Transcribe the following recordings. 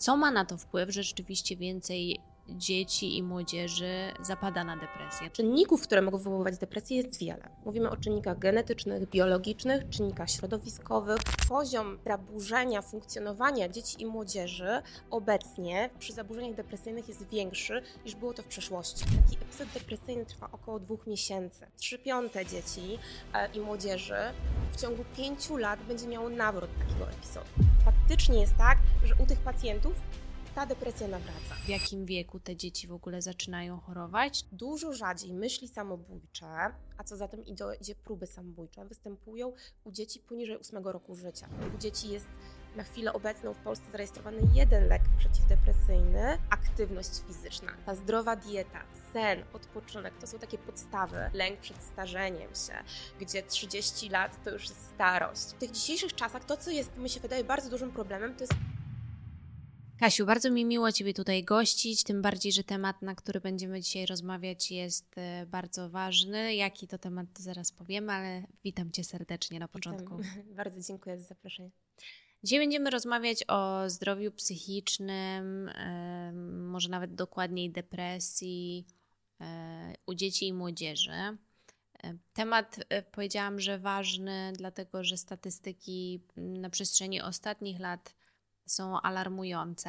Co ma na to wpływ, że rzeczywiście więcej dzieci i młodzieży zapada na depresję? Czynników, które mogą wywoływać depresję, jest wiele. Mówimy o czynnikach genetycznych, biologicznych, czynnikach środowiskowych. Poziom zaburzenia funkcjonowania dzieci i młodzieży obecnie przy zaburzeniach depresyjnych jest większy niż było to w przeszłości. Taki epizod depresyjny trwa około 2 miesięcy. 3/5 dzieci i młodzieży w ciągu 5 lat będzie miało nawrót takiego epizodu. Faktycznie jest tak, że u tych pacjentów ta depresja nawraca. W jakim wieku te dzieci w ogóle zaczynają chorować? Dużo rzadziej myśli samobójcze, a co za tym idzie próby samobójcze, występują u dzieci poniżej 8 roku życia. U dzieci jest na chwilę obecną w Polsce zarejestrowany jeden lek przeciwdepresyjny, aktywność fizyczna. Ta zdrowa dieta, sen, odpoczynek to są takie podstawy. Lęk przed starzeniem się, gdzie 30 lat to już jest starość. W tych dzisiejszych czasach to, co jest, mi się wydaje, bardzo dużym problemem, to jest... Kasiu, bardzo mi miło Ciebie tutaj gościć, tym bardziej, że temat, na który będziemy dzisiaj rozmawiać, jest bardzo ważny. Jaki to temat, to zaraz powiemy, ale witam Cię serdecznie na początku. Bardzo dziękuję za zaproszenie. Dzisiaj będziemy rozmawiać o zdrowiu psychicznym, może nawet dokładniej depresji u dzieci i młodzieży. Temat powiedziałam, że ważny, dlatego że statystyki na przestrzeni ostatnich lat są alarmujące.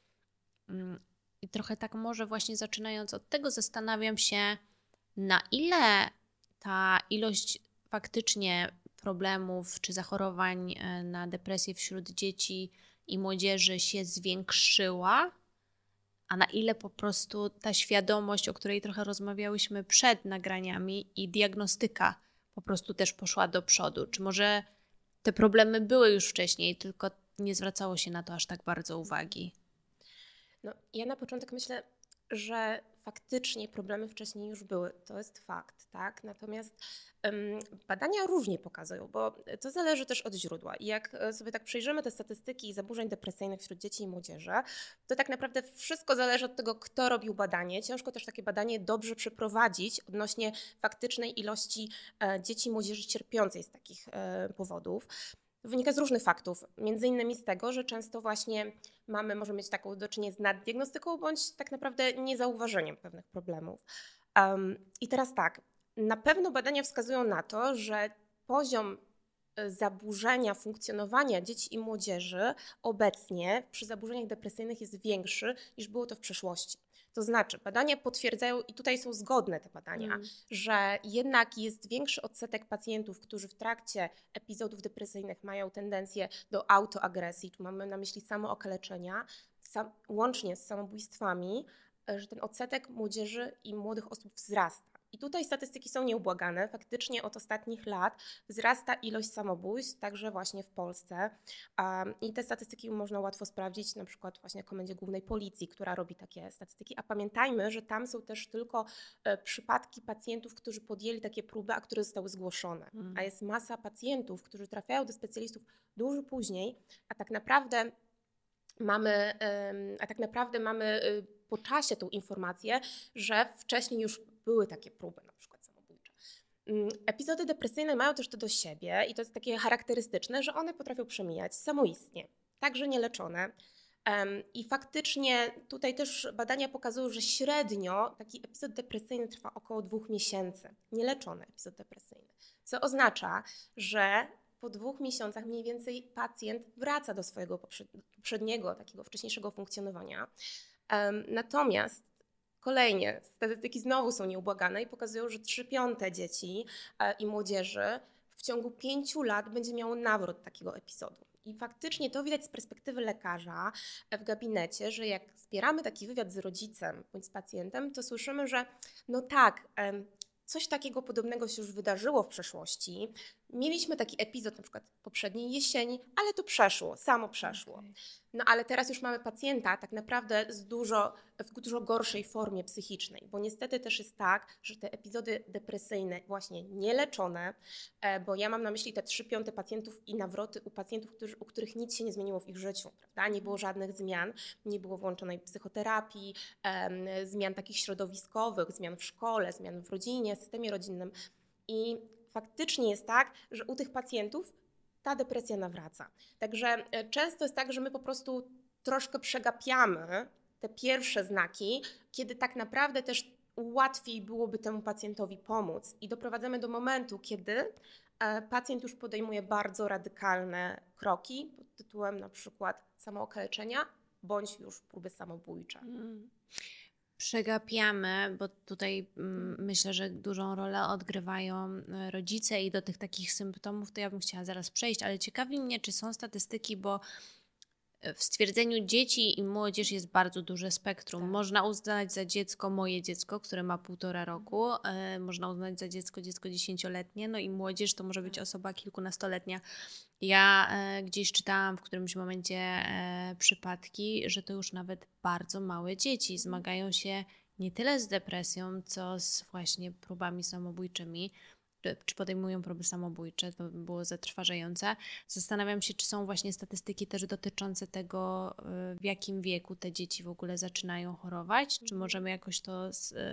I trochę tak może właśnie zaczynając od tego zastanawiam się, na ile ta ilość faktycznie problemów czy zachorowań na depresję wśród dzieci i młodzieży się zwiększyła, a na ile po prostu ta świadomość, o której trochę rozmawiałyśmy przed nagraniami i diagnostyka po prostu też poszła do przodu. Czy może te problemy były już wcześniej, tylko nie zwracało się na to aż tak bardzo uwagi? No, ja na początek myślę, że faktycznie problemy wcześniej już były. To jest fakt, tak? Natomiast badania różnie pokazują, bo to zależy też od źródła. I jak sobie tak przejrzymy te statystyki zaburzeń depresyjnych wśród dzieci i młodzieży, to tak naprawdę wszystko zależy od tego, kto robił badanie. Ciężko też takie badanie dobrze przeprowadzić odnośnie faktycznej ilości dzieci i młodzieży cierpiącej z takich powodów. Wynika z różnych faktów, między innymi z tego, że często właśnie możemy mieć taką do czynienia z naddiagnostyką bądź tak naprawdę niezauważeniem pewnych problemów. I teraz tak, na pewno badania wskazują na to, że poziom zaburzenia funkcjonowania dzieci i młodzieży obecnie przy zaburzeniach depresyjnych jest większy niż było to w przeszłości. To znaczy badania potwierdzają, i tutaj są zgodne te badania, że jednak jest większy odsetek pacjentów, którzy w trakcie epizodów depresyjnych mają tendencję do autoagresji, tu mamy na myśli samookaleczenia, łącznie z samobójstwami, że ten odsetek młodzieży i młodych osób wzrasta. I tutaj statystyki są nieubłagane. Faktycznie od ostatnich lat wzrasta ilość samobójstw, także właśnie w Polsce. I te statystyki można łatwo sprawdzić, na przykład właśnie w Komendzie Głównej Policji, która robi takie statystyki. A pamiętajmy, że tam są też tylko przypadki pacjentów, którzy podjęli takie próby, a które zostały zgłoszone. A jest masa pacjentów, którzy trafiają do specjalistów dużo później, a tak naprawdę mamy po czasie tą informację, że wcześniej już były takie próby, na przykład samobójcze. Epizody depresyjne mają też to do siebie i to jest takie charakterystyczne, że one potrafią przemijać samoistnie, także nieleczone. I faktycznie tutaj też badania pokazują, że średnio taki epizod depresyjny trwa około 2 miesięcy, nieleczony epizod depresyjny, co oznacza, że po 2 miesiącach mniej więcej pacjent wraca do swojego poprzedniego, takiego wcześniejszego funkcjonowania. Natomiast kolejnie statystyki znowu są nieubłagane i pokazują, że 3/5 dzieci i młodzieży w ciągu 5 lat będzie miało nawrót takiego epizodu. I faktycznie to widać z perspektywy lekarza w gabinecie, że jak zbieramy taki wywiad z rodzicem bądź z pacjentem, to słyszymy, że no tak, coś takiego podobnego się już wydarzyło w przeszłości. Mieliśmy taki epizod na przykład poprzedniej jesieni, ale to przeszło, samo przeszło. Okay. No ale teraz już mamy pacjenta tak naprawdę w dużo gorszej formie psychicznej, bo niestety też jest tak, że te epizody depresyjne właśnie nieleczone, bo ja mam na myśli te 3/5 pacjentów i nawroty u pacjentów, u których nic się nie zmieniło w ich życiu, prawda? Nie było żadnych zmian, nie było włączonej psychoterapii, zmian takich środowiskowych, zmian w szkole, zmian w rodzinie, systemie rodzinnym i faktycznie jest tak, że u tych pacjentów ta depresja nawraca. Także często jest tak, że my po prostu troszkę przegapiamy te pierwsze znaki, kiedy tak naprawdę też łatwiej byłoby temu pacjentowi pomóc i doprowadzamy do momentu, kiedy pacjent już podejmuje bardzo radykalne kroki pod tytułem na przykład samookaleczenia bądź już próby samobójcze. Przegapiamy, bo tutaj myślę, że dużą rolę odgrywają rodzice i do tych takich symptomów to ja bym chciała zaraz przejść, ale ciekawi mnie, czy są statystyki, bo w stwierdzeniu dzieci i młodzież jest bardzo duże spektrum. Tak. Można uznać za dziecko moje dziecko, które ma 1,5 roku, można uznać za dziecko 10-letnie, no i młodzież to może być osoba kilkunastoletnia. Ja gdzieś czytałam w którymś momencie przypadki, że to już nawet bardzo małe dzieci zmagają się nie tyle z depresją, co z właśnie próbami samobójczymi, czy podejmują próby samobójcze, to by było zatrważające. Zastanawiam się, czy są właśnie statystyki też dotyczące tego, w jakim wieku te dzieci w ogóle zaczynają chorować, czy możemy jakoś to,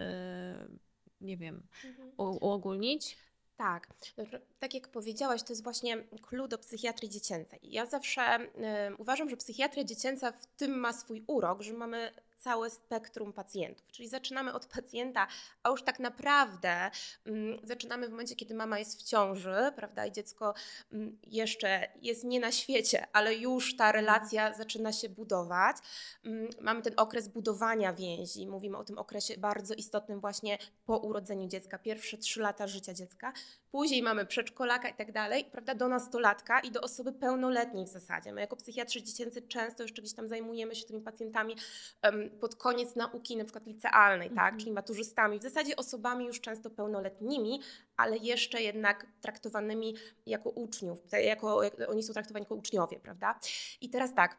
nie wiem, uogólnić? Tak, tak jak powiedziałaś, to jest właśnie clue do psychiatrii dziecięcej. Ja zawsze uważam, że psychiatria dziecięca w tym ma swój urok, że mamy całe spektrum pacjentów, czyli zaczynamy od pacjenta, a już tak naprawdę zaczynamy w momencie, kiedy mama jest w ciąży, prawda, i dziecko jeszcze jest nie na świecie, ale już ta relacja zaczyna się budować. Mamy ten okres budowania więzi, mówimy o tym okresie bardzo istotnym właśnie po urodzeniu dziecka, pierwsze 3 lata życia dziecka, później mamy przedszkolaka i tak dalej, prawda, do nastolatka i do osoby pełnoletniej w zasadzie. My jako psychiatrzy dziecięcy często jeszcze gdzieś tam zajmujemy się tymi pacjentami pod koniec nauki na przykład licealnej, tak, czyli maturzystami, w zasadzie osobami już często pełnoletnimi, ale jeszcze jednak traktowanymi jako uczniów, jako oni są traktowani jako uczniowie, prawda. I teraz tak,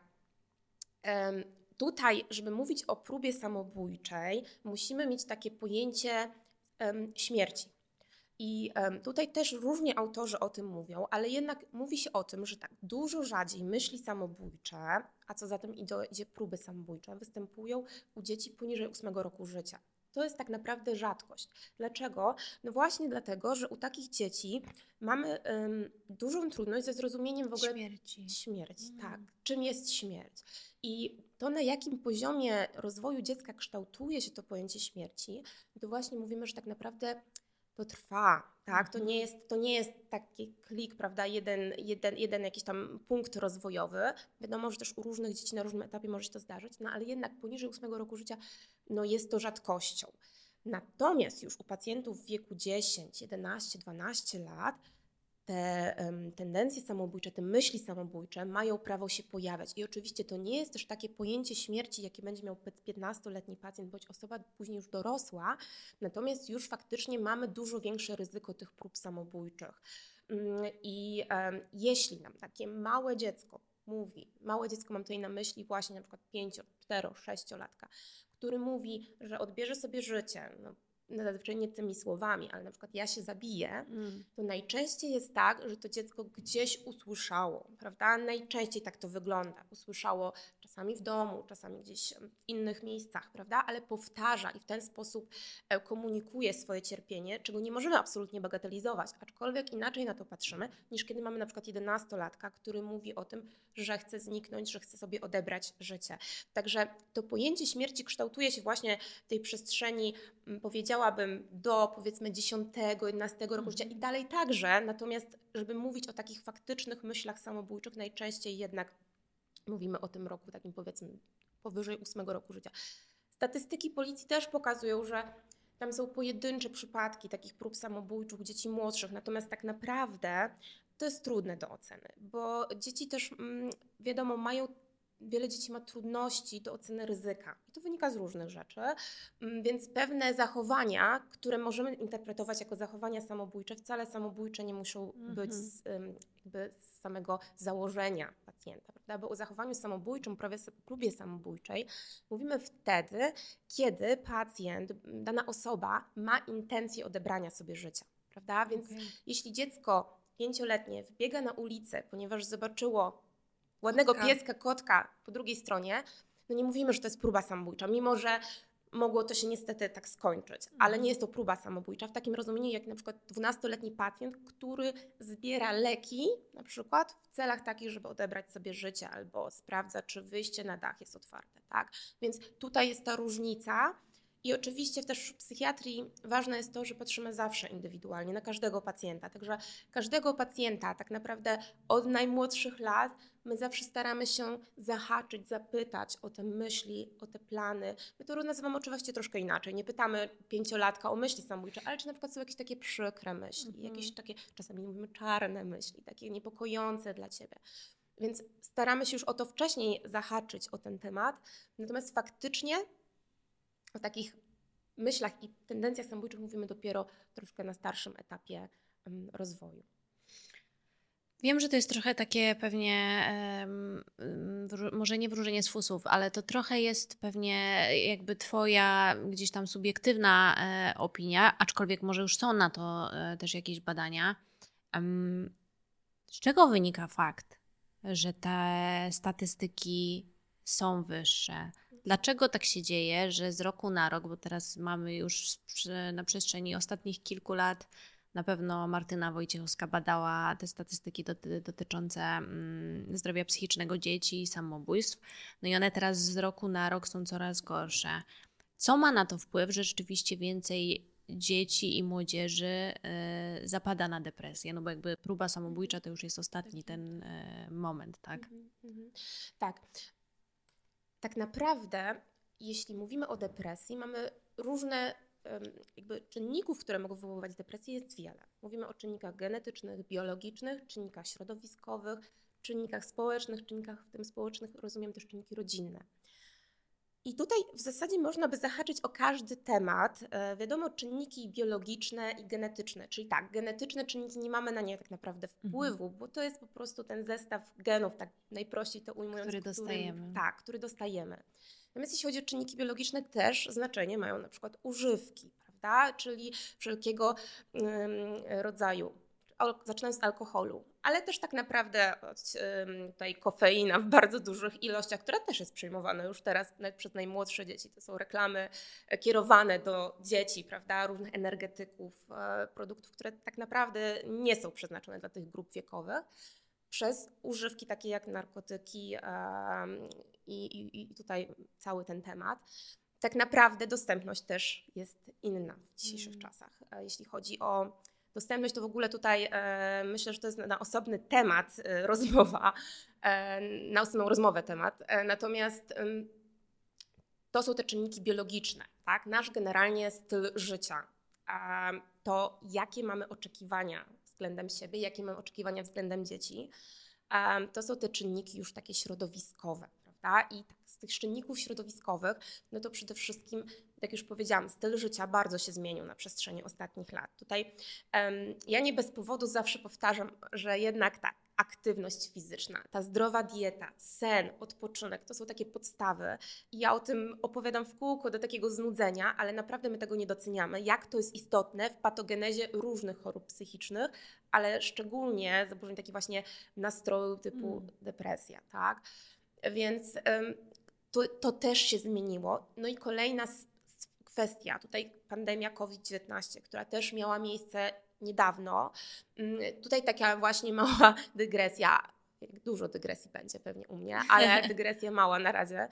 tutaj, żeby mówić o próbie samobójczej, musimy mieć takie pojęcie śmierci. I tutaj też różnie autorzy o tym mówią, ale jednak mówi się o tym, że tak dużo rzadziej myśli samobójcze, a co za tym idzie próby samobójcze, występują u dzieci poniżej 8 roku życia. To jest tak naprawdę rzadkość. Dlaczego? No właśnie dlatego, że u takich dzieci mamy dużą trudność ze zrozumieniem w ogóle śmierci. Tak. Czym jest śmierć? I to, na jakim poziomie rozwoju dziecka kształtuje się to pojęcie śmierci, to właśnie mówimy, że tak naprawdę to trwa, tak? To nie jest taki klik, prawda, jeden jakiś tam punkt rozwojowy. Wiadomo, że też u różnych dzieci na różnym etapie może się to zdarzyć, no ale jednak poniżej 8 roku życia no jest to rzadkością. Natomiast już u pacjentów w wieku 10, 11, 12 lat te tendencje samobójcze, te myśli samobójcze mają prawo się pojawiać. I oczywiście to nie jest też takie pojęcie śmierci, jakie będzie miał 15-letni pacjent bądź osoba później już dorosła, natomiast już faktycznie mamy dużo większe ryzyko tych prób samobójczych. I jeśli nam takie małe dziecko mówi, małe dziecko mam tutaj na myśli właśnie na przykład 5, 4, 6-latka, który mówi, że odbierze sobie życie, no zazwyczaj nie tymi słowami, ale na przykład ja się zabiję, to najczęściej jest tak, że to dziecko gdzieś usłyszało, prawda? Najczęściej tak to wygląda. Usłyszało czasami w domu, czasami gdzieś w innych miejscach, prawda? Ale powtarza i w ten sposób komunikuje swoje cierpienie, czego nie możemy absolutnie bagatelizować, aczkolwiek inaczej na to patrzymy, niż kiedy mamy na przykład 11-latka, który mówi o tym, że chce zniknąć, że chce sobie odebrać życie. Także to pojęcie śmierci kształtuje się właśnie w tej przestrzeni, powiedziałabym, do powiedzmy 10, 11 roku życia i dalej także, natomiast żeby mówić o takich faktycznych myślach samobójczych, najczęściej jednak mówimy o tym roku takim powiedzmy powyżej 8 roku życia. Statystyki policji też pokazują, że tam są pojedyncze przypadki takich prób samobójczych u dzieci młodszych, natomiast tak naprawdę to jest trudne do oceny, bo dzieci też, wiadomo, wiele dzieci ma trudności do oceny ryzyka i to wynika z różnych rzeczy, więc pewne zachowania, które możemy interpretować jako zachowania samobójcze, wcale samobójcze nie muszą być jakby z samego założenia pacjenta, prawda? Bo o zachowaniu samobójczym, próbie samobójczej mówimy wtedy, kiedy pacjent, dana osoba ma intencję odebrania sobie życia, prawda? Więc jeśli dziecko 5-letnie wbiega na ulicę, ponieważ zobaczyło ładnego pieska, kotka po drugiej stronie, no nie mówimy, że to jest próba samobójcza, mimo że mogło to się niestety tak skończyć, ale nie jest to próba samobójcza w takim rozumieniu jak na przykład 12-letni pacjent, który zbiera leki na przykład w celach takich, żeby odebrać sobie życie albo sprawdza, czy wyjście na dach jest otwarte, tak? Więc tutaj jest ta różnica. I oczywiście też w psychiatrii ważne jest to, że patrzymy zawsze indywidualnie na każdego pacjenta. Także każdego pacjenta tak naprawdę od najmłodszych lat my zawsze staramy się zahaczyć, zapytać o te myśli, o te plany. My to nazywamy oczywiście troszkę inaczej. Nie pytamy 5-latka o myśli samobójcze, ale czy na przykład są jakieś takie przykre myśli, jakieś takie, czasami mówimy czarne myśli, takie niepokojące dla ciebie. Więc staramy się już o to wcześniej zahaczyć, o ten temat. Natomiast faktycznie o takich myślach i tendencjach samobójczych mówimy dopiero troszkę na starszym etapie rozwoju. Wiem, że to jest trochę takie pewnie, może nie wróżenie z fusów, ale to trochę jest pewnie jakby twoja gdzieś tam subiektywna opinia, aczkolwiek może już są na to też jakieś badania. Z czego wynika fakt, że te statystyki są wyższe? Dlaczego tak się dzieje, że z roku na rok, bo teraz mamy już na przestrzeni ostatnich kilku lat, na pewno Martyna Wojciechowska badała te statystyki dotyczące zdrowia psychicznego dzieci i samobójstw, no i one teraz z roku na rok są coraz gorsze. Co ma na to wpływ, że rzeczywiście więcej dzieci i młodzieży zapada na depresję? No bo jakby próba samobójcza to już jest ostatni ten moment, tak? Tak. Tak naprawdę, jeśli mówimy o depresji, mamy różne jakby czynników, które mogą wywoływać depresję, jest wiele. Mówimy o czynnikach genetycznych, biologicznych, czynnikach środowiskowych, czynnikach społecznych, czynnikach w tym społecznych rozumiem też czynniki rodzinne. I tutaj w zasadzie można by zahaczyć o każdy temat. Wiadomo, czynniki biologiczne i genetyczne, czyli tak, genetyczne czynniki nie mamy na nie tak naprawdę wpływu, bo to jest po prostu ten zestaw genów, tak najprościej to ujmując, który dostajemy. Natomiast jeśli chodzi o czynniki biologiczne, też znaczenie mają na przykład używki, prawda? Czyli wszelkiego rodzaju, zaczynając od alkoholu, ale też tak naprawdę tutaj kofeina w bardzo dużych ilościach, która też jest przyjmowana już teraz nawet przez najmłodsze dzieci. To są reklamy kierowane do dzieci, prawda? Różnych energetyków, produktów, które tak naprawdę nie są przeznaczone dla tych grup wiekowych, przez używki takie jak narkotyki i tutaj cały ten temat. Tak naprawdę dostępność też jest inna w dzisiejszych czasach. Jeśli chodzi o dostępność, to w ogóle tutaj myślę, że to jest na osobny temat rozmowa, na osobną rozmowę temat. Natomiast to są te czynniki biologiczne, tak? Nasz generalnie styl życia, to jakie mamy oczekiwania względem siebie, jakie mamy oczekiwania względem dzieci, to są te czynniki już takie środowiskowe, prawda? I z tych czynników środowiskowych, no to przede wszystkim, jak już powiedziałam, styl życia bardzo się zmienił na przestrzeni ostatnich lat. Tutaj ja nie bez powodu zawsze powtarzam, że jednak ta aktywność fizyczna, ta zdrowa dieta, sen, odpoczynek, to są takie podstawy. I ja o tym opowiadam w kółko do takiego znudzenia, ale naprawdę my tego nie doceniamy, jak to jest istotne w patogenezie różnych chorób psychicznych, ale szczególnie zaburzeń takich właśnie nastroju typu depresja, tak? Więc to też się zmieniło. No i kolejna kwestia, tutaj pandemia COVID-19, która też miała miejsce niedawno. Tutaj taka właśnie mała dygresja, dużo dygresji będzie pewnie u mnie, ale dygresja mała na razie.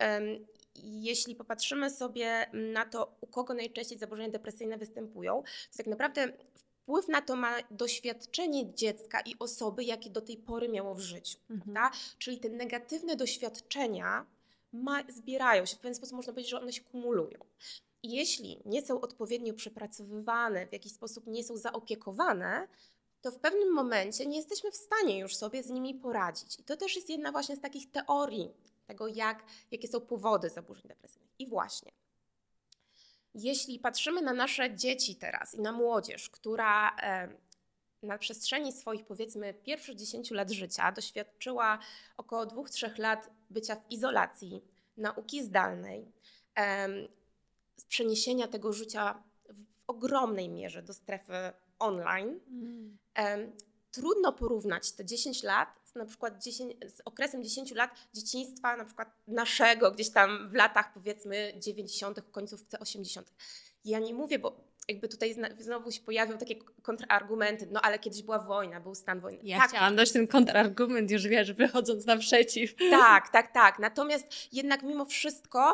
Jeśli popatrzymy sobie na to, u kogo najczęściej zaburzenia depresyjne występują, to tak naprawdę wpływ na to ma doświadczenie dziecka i osoby, jakie do tej pory miało w życiu. Prawda? Czyli te negatywne doświadczenia zbierają się, w pewien sposób można powiedzieć, że one się kumulują. I jeśli nie są odpowiednio przepracowywane, w jakiś sposób nie są zaopiekowane, to w pewnym momencie nie jesteśmy w stanie już sobie z nimi poradzić. I to też jest jedna właśnie z takich teorii tego, jakie są powody zaburzeń depresyjnych. I właśnie, jeśli patrzymy na nasze dzieci teraz i na młodzież, która na przestrzeni swoich powiedzmy pierwszych 10 lat życia doświadczyła około 2-3 lat bycia w izolacji, nauki zdalnej, z przeniesienia tego życia w ogromnej mierze do strefy online, trudno porównać te 10 lat z na przykład z okresem 10 lat dzieciństwa na przykład naszego gdzieś tam w latach powiedzmy 90., końcówce 80. Ja nie mówię, bo jakby tutaj znowu się pojawią takie kontrargumenty, no ale kiedyś była wojna, był stan wojny. Ja chciałam dać ten kontrargument już, wiesz, wychodząc naprzeciw. Tak. Natomiast jednak mimo wszystko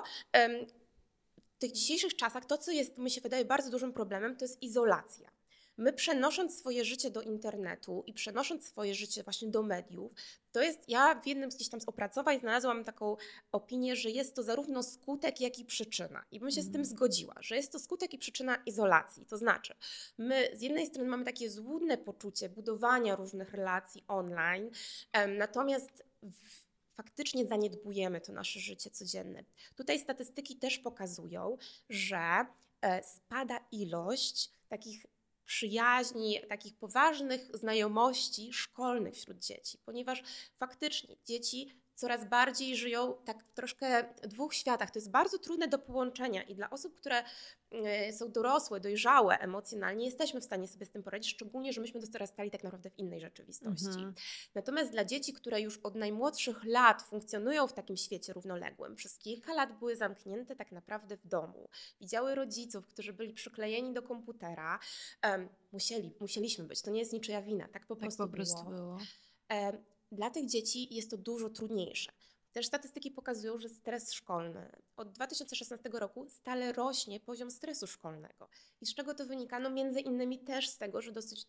w tych dzisiejszych czasach to, co jest, mi się wydaje, bardzo dużym problemem, to jest izolacja. My przenosząc swoje życie do internetu i przenosząc swoje życie właśnie do mediów, to jest, ja w jednym gdzieś tam z opracowań znalazłam taką opinię, że jest to zarówno skutek, jak i przyczyna. I bym się z tym zgodziła, że jest to skutek i przyczyna izolacji. To znaczy, my z jednej strony mamy takie złudne poczucie budowania różnych relacji online, natomiast faktycznie zaniedbujemy to nasze życie codzienne. Tutaj statystyki też pokazują, że spada ilość takich przyjaźni, takich poważnych znajomości szkolnych wśród dzieci, ponieważ faktycznie dzieci coraz bardziej żyją tak troszkę w dwóch światach. To jest bardzo trudne do połączenia i dla osób, które są dorosłe, dojrzałe emocjonalnie, jesteśmy w stanie sobie z tym poradzić, szczególnie, że myśmy dorastali tak naprawdę w innej rzeczywistości. Natomiast dla dzieci, które już od najmłodszych lat funkcjonują w takim świecie równoległym, przez kilka lat były zamknięte tak naprawdę w domu, widziały rodziców, którzy byli przyklejeni do komputera, musieliśmy być, to nie jest niczyja wina, tak po prostu było. Dla tych dzieci jest to dużo trudniejsze. Też statystyki pokazują, że stres szkolny od 2016 roku stale rośnie poziom stresu szkolnego. I z czego to wynika? No między innymi też z tego, że dosyć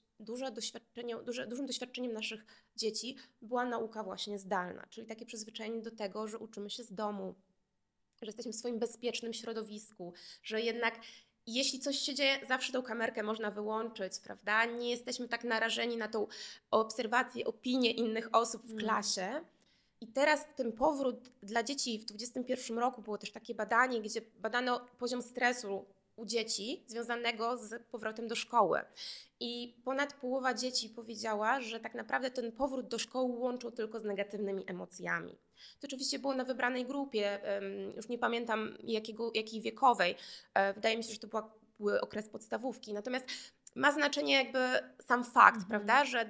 dużym doświadczeniem naszych dzieci była nauka właśnie zdalna, czyli takie przyzwyczajenie do tego, że uczymy się z domu, że jesteśmy w swoim bezpiecznym środowisku, że jednak jeśli coś się dzieje, zawsze tą kamerkę można wyłączyć, prawda? Nie jesteśmy tak narażeni na tą obserwację, opinię innych osób w klasie. I teraz ten powrót dla dzieci w 2021 roku było też takie badanie, gdzie badano poziom stresu u dzieci związanego z powrotem do szkoły. I ponad połowa dzieci powiedziała, że tak naprawdę ten powrót do szkoły łączą tylko z negatywnymi emocjami. To oczywiście było na wybranej grupie, już nie pamiętam jakiej wiekowej. Wydaje mi się, że to był okres podstawówki. Natomiast ma znaczenie jakby sam fakt, prawda, że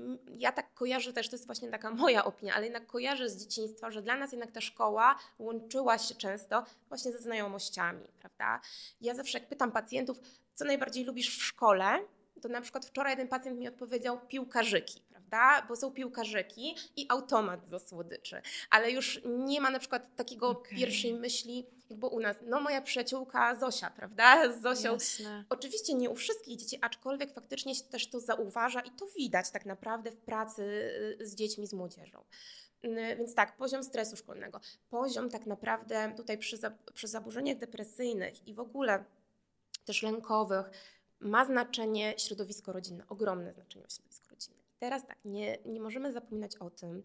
ja tak kojarzę też, to jest właśnie taka moja opinia, ale jednak kojarzę z dzieciństwa, że dla nas jednak ta szkoła łączyła się często właśnie ze znajomościami, prawda. Ja zawsze jak pytam pacjentów, co najbardziej lubisz w szkole, to na przykład wczoraj jeden pacjent mi odpowiedział piłkarzyki, prawda, bo są piłkarzyki i automat do słodyczy, ale już nie ma na przykład takiego pierwszej myśli, jak było u nas, no moja przyjaciółka Zosia, prawda, z Zosią. Jasne. Oczywiście nie u wszystkich dzieci, aczkolwiek faktycznie się też to zauważa i to widać tak naprawdę w pracy z dziećmi, z młodzieżą. Więc tak, poziom stresu szkolnego, poziom tak naprawdę tutaj przy zaburzeniach depresyjnych i w ogóle też lękowych ma znaczenie środowisko rodzinne, ogromne znaczenie środowisko rodzinne. I teraz tak, nie możemy zapominać o tym,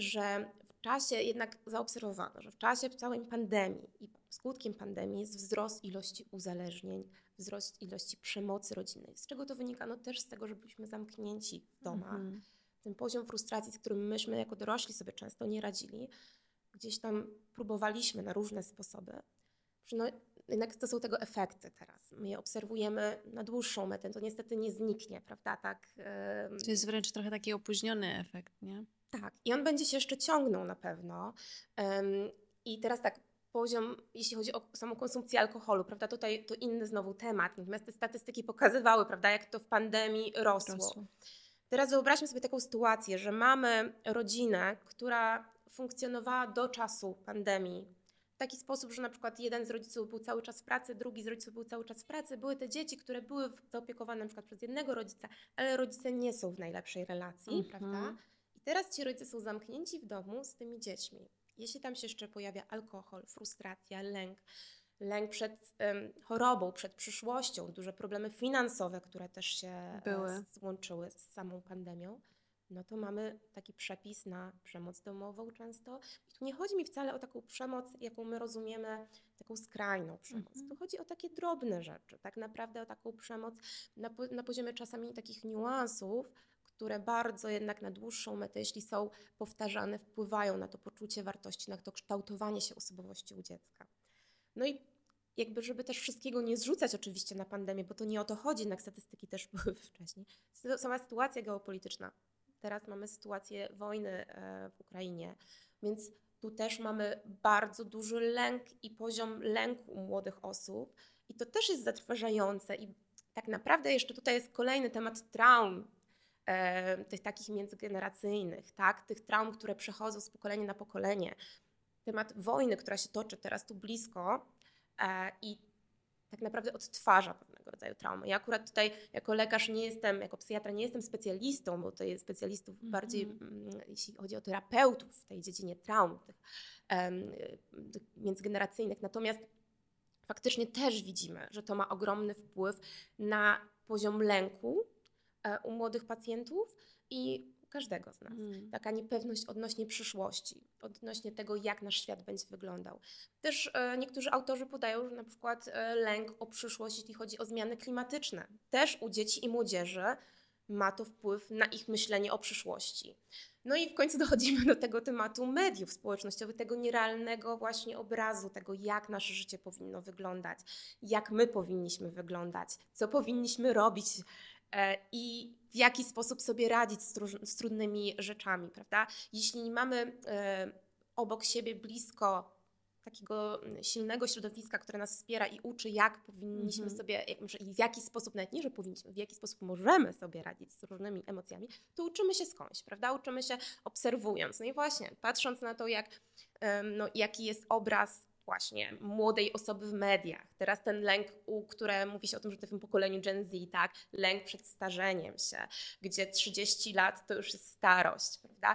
że w czasie jednak zaobserwowano, że w czasie całej pandemii i skutkiem pandemii jest wzrost ilości uzależnień, wzrost ilości przemocy rodzinnej. Z czego to wynika? No też z tego, że byliśmy zamknięci w domach. Ten poziom frustracji, z którym myśmy jako dorośli sobie często nie radzili, gdzieś tam próbowaliśmy na różne sposoby. No, jednak to są tego efekty teraz. My je obserwujemy na dłuższą metę, to niestety nie zniknie, prawda? Tak, to jest wręcz trochę taki opóźniony efekt, nie? Tak, i on będzie się jeszcze ciągnął na pewno. I teraz tak, poziom, jeśli chodzi o samą konsumpcję alkoholu, prawda, tutaj to inny znowu temat, natomiast te statystyki pokazywały, prawda, jak to w pandemii rosło. Teraz wyobraźmy sobie taką sytuację, że mamy rodzinę, która funkcjonowała do czasu pandemii w taki sposób, że na przykład jeden z rodziców był cały czas w pracy, drugi z rodziców był cały czas w pracy. Były te dzieci, które były zaopiekowane na przykład przez jednego rodzica, ale rodzice nie są w najlepszej relacji, prawda? I teraz ci rodzice są zamknięci w domu z tymi dziećmi. Jeśli tam się jeszcze pojawia alkohol, frustracja, lęk przed chorobą, przed przyszłością, duże problemy finansowe, które też się złączyły z samą pandemią, no to mamy taki przepis na przemoc domową często. I tu nie chodzi mi wcale o taką przemoc, jaką my rozumiemy, taką skrajną przemoc. Tu chodzi o takie drobne rzeczy, tak naprawdę o taką przemoc na poziomie czasami takich niuansów, które bardzo jednak na dłuższą metę, jeśli są powtarzane, wpływają na to poczucie wartości, na to kształtowanie się osobowości u dziecka. No i jakby, żeby też wszystkiego nie zrzucać oczywiście na pandemię, bo to nie o to chodzi, jednak statystyki też były wcześniej. Sama sytuacja geopolityczna teraz mamy sytuację wojny w Ukrainie, więc tu też mamy bardzo duży lęk i poziom lęku u młodych osób i to też jest zatrważające i tak naprawdę jeszcze tutaj jest kolejny temat traum, tych takich międzygeneracyjnych, tak? Tych traum, które przechodzą z pokolenia na pokolenie. Temat wojny, która się toczy teraz tu blisko i tak naprawdę odtwarza pewnego rodzaju traumy. Ja akurat tutaj jako lekarz nie jestem, jako psychiatra nie jestem specjalistą, bo to jest specjalistów bardziej, jeśli chodzi o terapeutów w tej dziedzinie traum, tych międzygeneracyjnych. Natomiast faktycznie też widzimy, że to ma ogromny wpływ na poziom lęku u młodych pacjentów i każdego z nas. Taka niepewność odnośnie przyszłości, odnośnie tego, jak nasz świat będzie wyglądał. Też niektórzy autorzy podają, że na przykład lęk o przyszłość, jeśli chodzi o zmiany klimatyczne. Też u dzieci i młodzieży ma to wpływ na ich myślenie o przyszłości. No i w końcu dochodzimy do tego tematu mediów społecznościowych, tego nierealnego właśnie obrazu, tego jak nasze życie powinno wyglądać, jak my powinniśmy wyglądać, co powinniśmy robić i w jaki sposób sobie radzić z trudnymi rzeczami, prawda? Jeśli nie mamy obok siebie blisko takiego silnego środowiska, które nas wspiera i uczy, jak powinniśmy sobie, i w jaki sposób, nawet nie, że powinniśmy, w jaki sposób możemy sobie radzić z różnymi emocjami, to uczymy się skądś, prawda? Uczymy się obserwując. No i właśnie, patrząc na to, jaki jest obraz właśnie młodej osoby w mediach. Teraz ten lęk, które mówi się o tym, że w tym pokoleniu Gen Z, tak, lęk przed starzeniem się, gdzie 30 lat to już jest starość, prawda?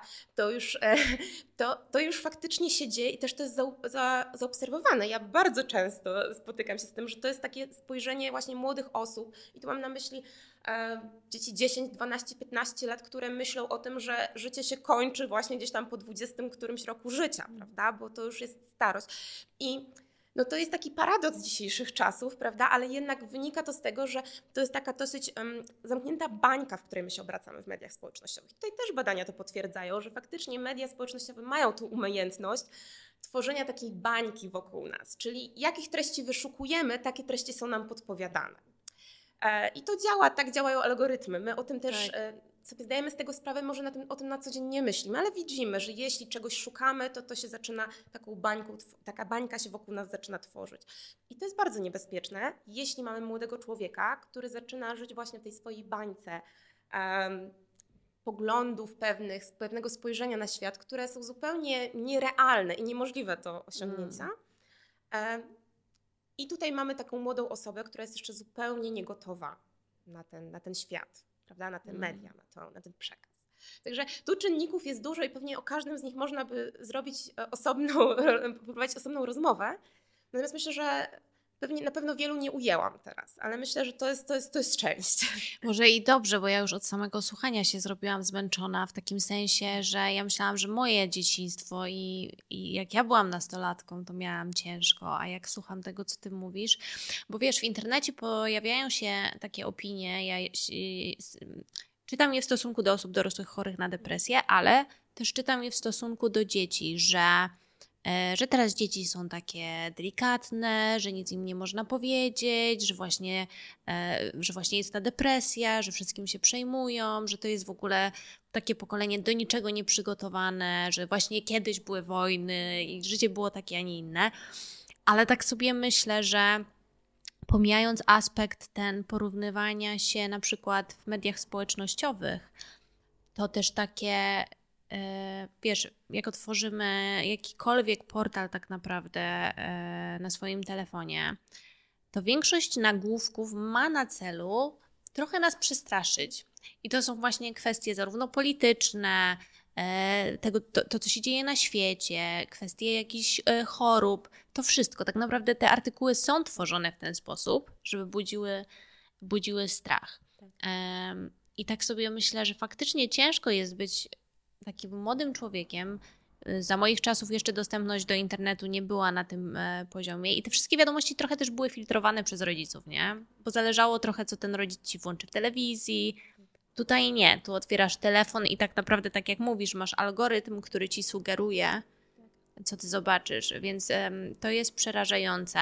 To już faktycznie się dzieje i też to jest zaobserwowane. Ja bardzo często spotykam się z tym, że to jest takie spojrzenie właśnie młodych osób i tu mam na myśli dzieci 10, 12, 15 lat, które myślą o tym, że życie się kończy właśnie gdzieś tam po 20 którymś roku życia, prawda? Bo to już jest starość. I no to jest taki paradoks dzisiejszych czasów, prawda? Ale jednak wynika to z tego, że to jest taka dosyć zamknięta bańka, w której my się obracamy w mediach społecznościowych. Tutaj też badania to potwierdzają, że faktycznie media społecznościowe mają tą umiejętność tworzenia takiej bańki wokół nas. Czyli jakich treści wyszukujemy, takie treści są nam podpowiadane. I to działa, tak działają algorytmy. My o tym też sobie zdajemy z tego sprawę, może o tym na co dzień nie myślimy, ale widzimy, że jeśli czegoś szukamy, to się zaczyna taką bańką, taka bańka się wokół nas zaczyna tworzyć. I to jest bardzo niebezpieczne, jeśli mamy młodego człowieka, który zaczyna żyć właśnie w tej swojej bańce poglądów pewnego spojrzenia na świat, które są zupełnie nierealne i niemożliwe do osiągnięcia. I tutaj mamy taką młodą osobę, która jest jeszcze zupełnie niegotowa na ten świat, prawda? Na te media, na ten przekaz. Także tu czynników jest dużo i pewnie o każdym z nich można by poprowadzić osobną rozmowę. Natomiast myślę, że na pewno wielu nie ujęłam teraz, ale myślę, że to jest część. Może i dobrze, bo ja już od samego słuchania się zrobiłam zmęczona w takim sensie, że ja myślałam, że moje dzieciństwo i jak ja byłam nastolatką, to miałam ciężko, a jak słucham tego, co ty mówisz, bo wiesz, w internecie pojawiają się takie opinie, ja czytam je w stosunku do osób dorosłych chorych na depresję, ale też czytam je w stosunku do dzieci, że teraz dzieci są takie delikatne, że nic im nie można powiedzieć, że właśnie jest ta depresja, że wszystkim się przejmują, że to jest w ogóle takie pokolenie do niczego nieprzygotowane, że właśnie kiedyś były wojny i życie było takie, a nie inne. Ale tak sobie myślę, że pomijając aspekt ten porównywania się na przykład w mediach społecznościowych, to też takie... Wiesz, jak otworzymy jakikolwiek portal tak naprawdę na swoim telefonie, to większość nagłówków ma na celu trochę nas przestraszyć. I to są właśnie kwestie zarówno polityczne, to co się dzieje na świecie, kwestie jakichś chorób, to wszystko. Tak naprawdę te artykuły są tworzone w ten sposób, żeby budziły strach. I tak sobie myślę, że faktycznie ciężko jest być takim młodym człowiekiem. Za moich czasów jeszcze dostępność do internetu nie była na tym poziomie i te wszystkie wiadomości trochę też były filtrowane przez rodziców, nie? Bo zależało trochę, co ten rodzic ci włączy w telewizji. Tutaj nie, tu otwierasz telefon i tak naprawdę, tak jak mówisz, masz algorytm, który ci sugeruje, co ty zobaczysz, więc to jest przerażające.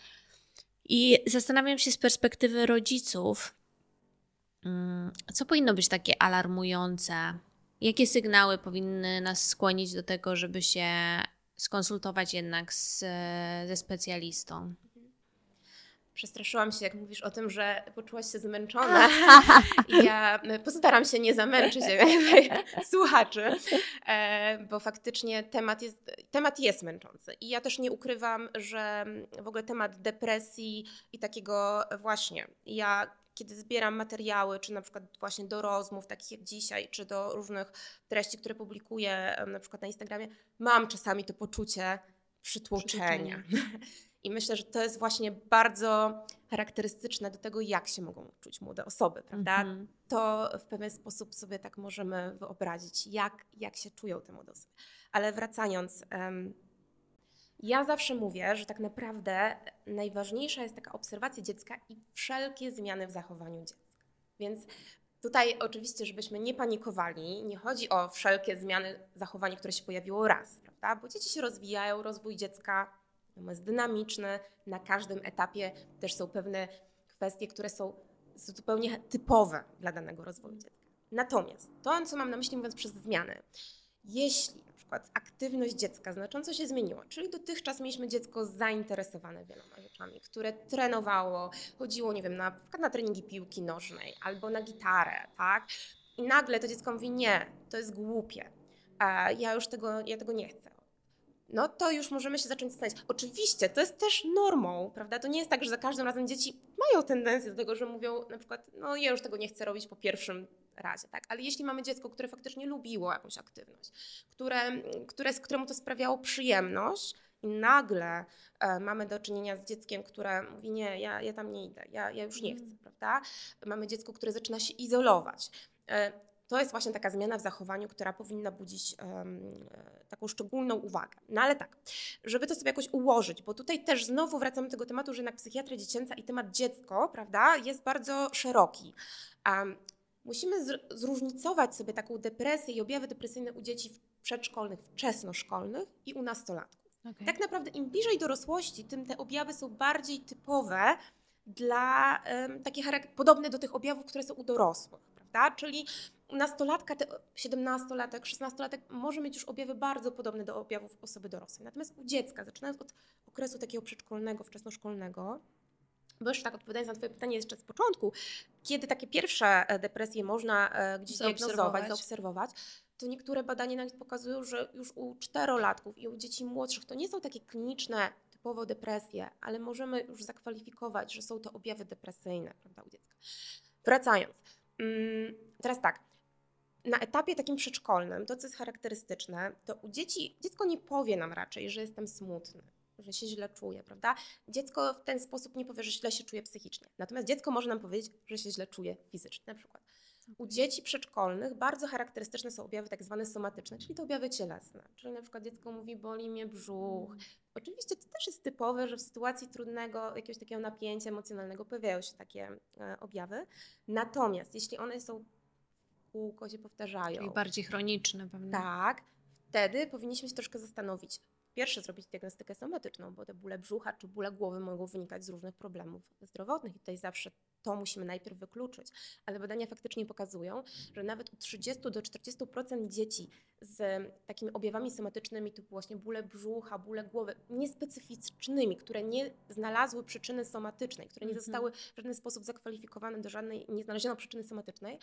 I zastanawiam się z perspektywy rodziców, co powinno być takie alarmujące Jakie sygnały powinny nas skłonić do tego, żeby się skonsultować jednak ze specjalistą? Przestraszyłam się, jak mówisz o tym, że poczułaś się zmęczona. I ja postaram się nie zamęczyć słuchaczy, bo faktycznie temat jest męczący. I ja też nie ukrywam, że w ogóle temat depresji i takiego właśnie, kiedy zbieram materiały, czy na przykład właśnie do rozmów, takich jak dzisiaj, czy do różnych treści, które publikuję na przykład na Instagramie, mam czasami to poczucie przytłoczenia. I myślę, że to jest właśnie bardzo charakterystyczne do tego, jak się mogą czuć młode osoby, prawda? To w pewien sposób sobie tak możemy wyobrazić, jak się czują te młode osoby. Ale wracając, ja zawsze mówię, że tak naprawdę najważniejsza jest taka obserwacja dziecka i wszelkie zmiany w zachowaniu dziecka. Więc tutaj oczywiście, żebyśmy nie panikowali, nie chodzi o wszelkie zmiany zachowania, które się pojawiło raz, prawda? Bo dzieci się rozwijają, rozwój dziecka jest dynamiczny, na każdym etapie też są pewne kwestie, które są zupełnie typowe dla danego rozwoju dziecka. Natomiast to, co mam na myśli mówiąc przez zmiany, jeśli na przykład aktywność dziecka znacząco się zmieniła, czyli dotychczas mieliśmy dziecko zainteresowane wieloma rzeczami, które trenowało, chodziło, nie wiem, na przykład na treningi piłki nożnej albo na gitarę, tak? I nagle to dziecko mówi, nie, to jest głupie, ja tego nie chcę. No to już możemy się zacząć zastanawiać. Oczywiście, to jest też normą, prawda? To nie jest tak, że za każdym razem dzieci mają tendencję do tego, że mówią na przykład, no ja już tego nie chcę robić po pierwszym razie, tak? Ale jeśli mamy dziecko, które faktycznie lubiło jakąś aktywność, któremu to sprawiało przyjemność i nagle mamy do czynienia z dzieckiem, które mówi, nie, ja tam nie idę, ja już nie chcę, prawda? Mamy dziecko, które zaczyna się izolować. To jest właśnie taka zmiana w zachowaniu, która powinna budzić taką szczególną uwagę. No ale tak, żeby to sobie jakoś ułożyć, bo tutaj też znowu wracamy do tego tematu, że jednak psychiatria dziecięca i temat dziecko, prawda, jest bardzo szeroki. Musimy zróżnicować sobie taką depresję i objawy depresyjne u dzieci przedszkolnych, wczesnoszkolnych i u nastolatków. Okay. Tak naprawdę im bliżej dorosłości, tym te objawy są bardziej typowe dla podobne do tych objawów, które są u dorosłych, prawda? Czyli nastolatka, 17-latek, 16-latek może mieć już objawy bardzo podobne do objawów osoby dorosłej. Natomiast u dziecka, zaczynając od okresu takiego przedszkolnego, wczesnoszkolnego, bo już tak odpowiadając na Twoje pytanie jeszcze z początku, kiedy takie pierwsze depresje można gdzieś diagnozować, zaobserwować, to niektóre badania nawet pokazują, że już u 4-latków i u dzieci młodszych to nie są takie kliniczne typowo depresje, ale możemy już zakwalifikować, że są to objawy depresyjne, prawda, u dziecka. Wracając. Teraz tak, na etapie takim przedszkolnym, to co jest charakterystyczne, to u dziecko nie powie nam raczej, że jestem smutny, że się źle czuje, prawda? Dziecko w ten sposób nie powie, że źle się czuje psychicznie. Natomiast dziecko może nam powiedzieć, że się źle czuje fizycznie na przykład. U dzieci przedszkolnych bardzo charakterystyczne są objawy tak zwane somatyczne, czyli to objawy cielesne. Czyli na przykład dziecko mówi, boli mnie brzuch. Oczywiście to też jest typowe, że w sytuacji trudnego, jakiegoś takiego napięcia emocjonalnego pojawiają się takie objawy. Natomiast jeśli one są kółko się powtarzają. Czyli bardziej chroniczne pewnie. Tak, wtedy powinniśmy się troszkę zastanowić. Pierwsze zrobić diagnostykę somatyczną, bo te bóle brzucha czy bóle głowy mogą wynikać z różnych problemów zdrowotnych i tutaj zawsze to musimy najpierw wykluczyć. Ale badania faktycznie pokazują, że nawet u 30 do 40% dzieci z takimi objawami somatycznymi typu właśnie bóle brzucha, bóle głowy, niespecyficznymi, które nie znalazły przyczyny somatycznej, które nie zostały w żaden sposób zakwalifikowane do żadnej, nie znaleziono przyczyny somatycznej,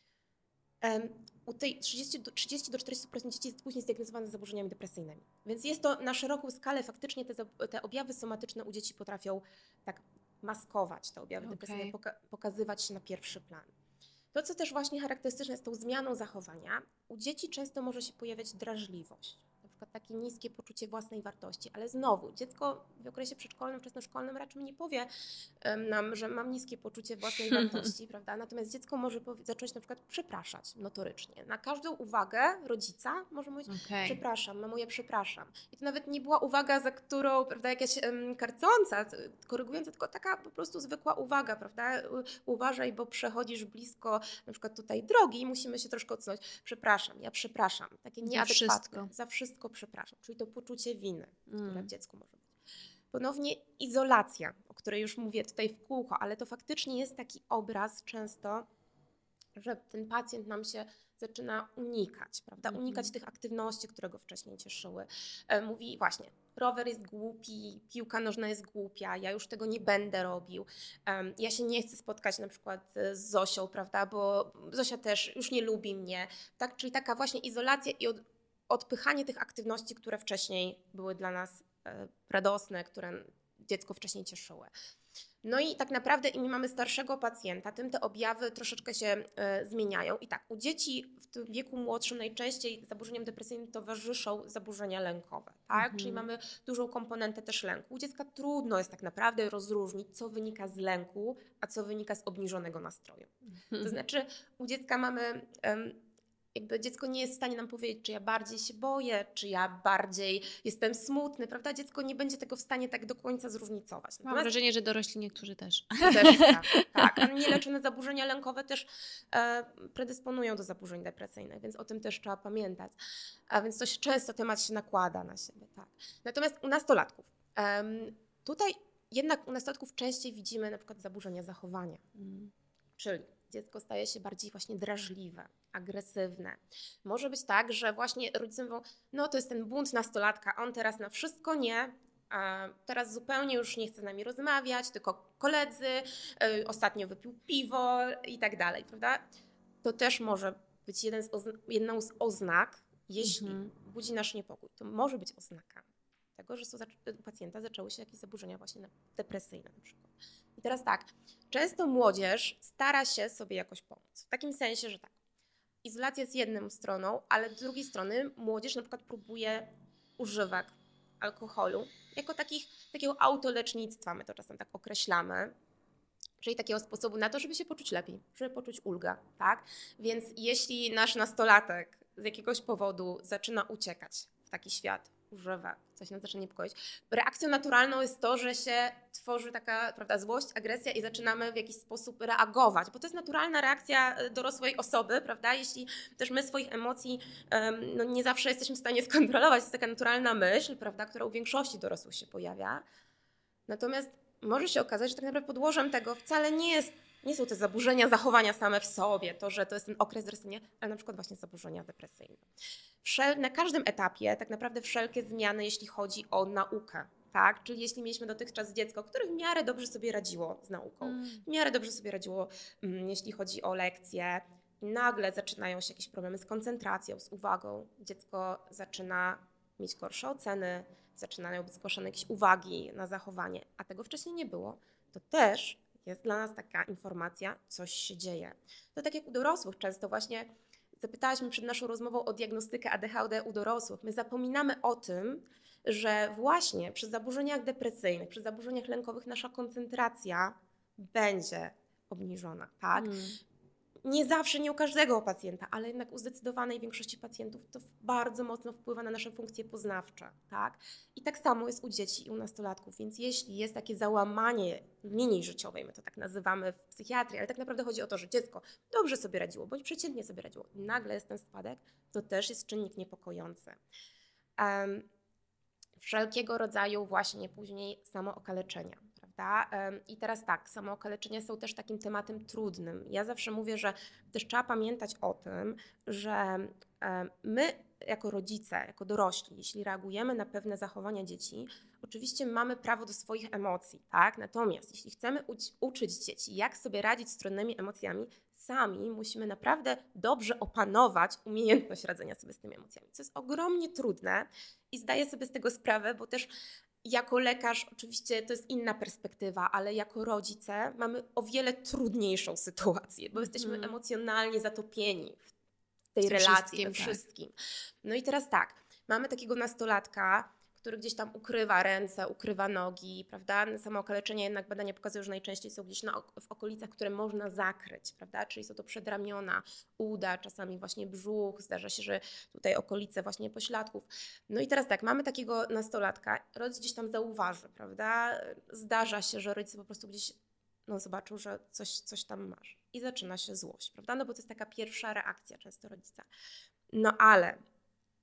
u tej 30 do 40% dzieci jest później zdiagnozowane z zaburzeniami depresyjnymi. Więc jest to na szeroką skalę, faktycznie te objawy somatyczne u dzieci potrafią tak maskować te objawy depresyjne, pokazywać się na pierwszy plan. To, co też właśnie charakterystyczne jest tą zmianą zachowania, u dzieci często może się pojawiać drażliwość. Na przykład takie niskie poczucie własnej wartości, ale znowu dziecko w okresie przedszkolnym, wczesnoszkolnym raczej nie powie nam, że mam niskie poczucie własnej wartości, prawda? Natomiast dziecko może zacząć na przykład przepraszać notorycznie. Na każdą uwagę rodzica może mówić, przepraszam, mamo, ja przepraszam. I to nawet nie była uwaga, za którą, prawda, jakaś karcąca, korygująca, tylko taka po prostu zwykła uwaga, prawda? Uważaj, bo przechodzisz blisko na przykład tutaj drogi i musimy się troszkę odsunąć. Przepraszam, ja przepraszam. Takie nieadekwatne. Za wszystko przepraszam. Czyli to poczucie winy, które w dziecku może być. Ponownie izolacja, o której już mówię tutaj w kółko, ale to faktycznie jest taki obraz często, że ten pacjent nam się zaczyna unikać, prawda? Unikać tych aktywności, które go wcześniej cieszyły. Mówi właśnie, rower jest głupi, piłka nożna jest głupia, ja już tego nie będę robił. Ja się nie chcę spotkać na przykład z Zosią, prawda? Bo Zosia też już nie lubi mnie. Tak? Czyli taka właśnie izolacja i odpychanie tych aktywności, które wcześniej były dla nas radosne, które dziecko wcześniej cieszyły. No i tak naprawdę im mamy starszego pacjenta, tym te objawy troszeczkę się zmieniają. I tak, u dzieci w tym wieku młodszym najczęściej zaburzeniom depresyjnym towarzyszą zaburzenia lękowe, tak? Czyli mamy dużą komponentę też lęku. U dziecka trudno jest tak naprawdę rozróżnić, co wynika z lęku, a co wynika z obniżonego nastroju. To znaczy u dziecka mamy... jakby dziecko nie jest w stanie nam powiedzieć, czy ja bardziej się boję, czy ja bardziej jestem smutny, prawda? Dziecko nie będzie tego w stanie tak do końca zróżnicować. Mam wrażenie, że dorośli niektórzy też. To też jest prawda, tak. A nieleczone zaburzenia lękowe też predysponują do zaburzeń depresyjnych, więc o tym też trzeba pamiętać. A więc dość często temat się nakłada na siebie, tak. Natomiast u nastolatków, tutaj jednak u nastolatków częściej widzimy na przykład zaburzenia zachowania, czyli dziecko staje się bardziej właśnie drażliwe, agresywne. Może być tak, że właśnie rodzice mówią, no to jest ten bunt nastolatka, on teraz na wszystko nie, a teraz zupełnie już nie chce z nami rozmawiać, tylko koledzy, ostatnio wypił piwo i tak dalej, prawda? To też może być jedną z oznak, jeśli budzi nasz niepokój. To może być oznaka tego, że u pacjenta zaczęły się jakieś zaburzenia właśnie depresyjne na przykład. I teraz tak, często młodzież stara się sobie jakoś pomóc. W takim sensie, że tak, izolacja jest jedną stroną, ale z drugiej strony młodzież na przykład próbuje używek, alkoholu, jako takiego autolecznictwa, my to czasem tak określamy, czyli takiego sposobu na to, żeby się poczuć lepiej, żeby poczuć ulgę, tak? Więc jeśli nasz nastolatek z jakiegoś powodu zaczyna uciekać w taki świat, używa, coś nas zaczyna niepokoić, reakcją naturalną jest to, że się tworzy taka, prawda, złość, agresja i zaczynamy w jakiś sposób reagować, bo to jest naturalna reakcja dorosłej osoby, prawda? Jeśli też my swoich emocji no nie zawsze jesteśmy w stanie skontrolować, to jest taka naturalna myśl, prawda, która u większości dorosłych się pojawia. Natomiast może się okazać, że tak naprawdę podłożem tego wcale nie są te zaburzenia zachowania same w sobie, to, że to jest ten okres depresyjny, ale na przykład właśnie zaburzenia depresyjne. Na każdym etapie tak naprawdę wszelkie zmiany, jeśli chodzi o naukę, tak? Czyli jeśli mieliśmy dotychczas dziecko, które w miarę dobrze sobie radziło z nauką, w miarę dobrze sobie radziło, jeśli chodzi o lekcje, i nagle zaczynają się jakieś problemy z koncentracją, z uwagą, dziecko zaczyna mieć gorsze oceny, zaczynają być zgłaszane jakieś uwagi na zachowanie, a tego wcześniej nie było, to też jest dla nas taka informacja, coś się dzieje. To tak jak u dorosłych często właśnie zapytałaś mnie przed naszą rozmową o diagnostykę ADHD u dorosłych. My zapominamy o tym, że właśnie przy zaburzeniach depresyjnych, przy zaburzeniach lękowych nasza koncentracja będzie obniżona, tak? Nie zawsze, nie u każdego pacjenta, ale jednak u zdecydowanej większości pacjentów to bardzo mocno wpływa na nasze funkcje poznawcze, tak? I tak samo jest u dzieci i u nastolatków, więc jeśli jest takie załamanie linii życiowej, my to tak nazywamy w psychiatrii, ale tak naprawdę chodzi o to, że dziecko dobrze sobie radziło, bądź przeciętnie sobie radziło i nagle jest ten spadek, to też jest czynnik niepokojący. Wszelkiego rodzaju właśnie później samookaleczenia. I teraz tak, samookaleczenia są też takim tematem trudnym. Ja zawsze mówię, że też trzeba pamiętać o tym, że my jako rodzice, jako dorośli, jeśli reagujemy na pewne zachowania dzieci, oczywiście mamy prawo do swoich emocji, tak? Natomiast jeśli chcemy uczyć dzieci, jak sobie radzić z trudnymi emocjami, sami musimy naprawdę dobrze opanować umiejętność radzenia sobie z tymi emocjami, co jest ogromnie trudne i zdaję sobie z tego sprawę, bo też jako lekarz oczywiście to jest inna perspektywa, ale jako rodzice mamy o wiele trudniejszą sytuację, bo jesteśmy emocjonalnie zatopieni w tej relacji, we wszystkim. No i teraz tak, mamy takiego nastolatka, który gdzieś tam ukrywa ręce, ukrywa nogi, prawda? Samookaleczenia jednak badania pokazują, że najczęściej są gdzieś w okolicach, które można zakryć, prawda? Czyli są to przedramiona, uda, czasami właśnie brzuch, zdarza się, że tutaj okolice właśnie pośladków. No i teraz tak, mamy takiego nastolatka, rodzic gdzieś tam zauważy, prawda? Zdarza się, że rodzice po prostu gdzieś zobaczą, że coś tam masz i zaczyna się złość, prawda? No bo to jest taka pierwsza reakcja często rodzica. No ale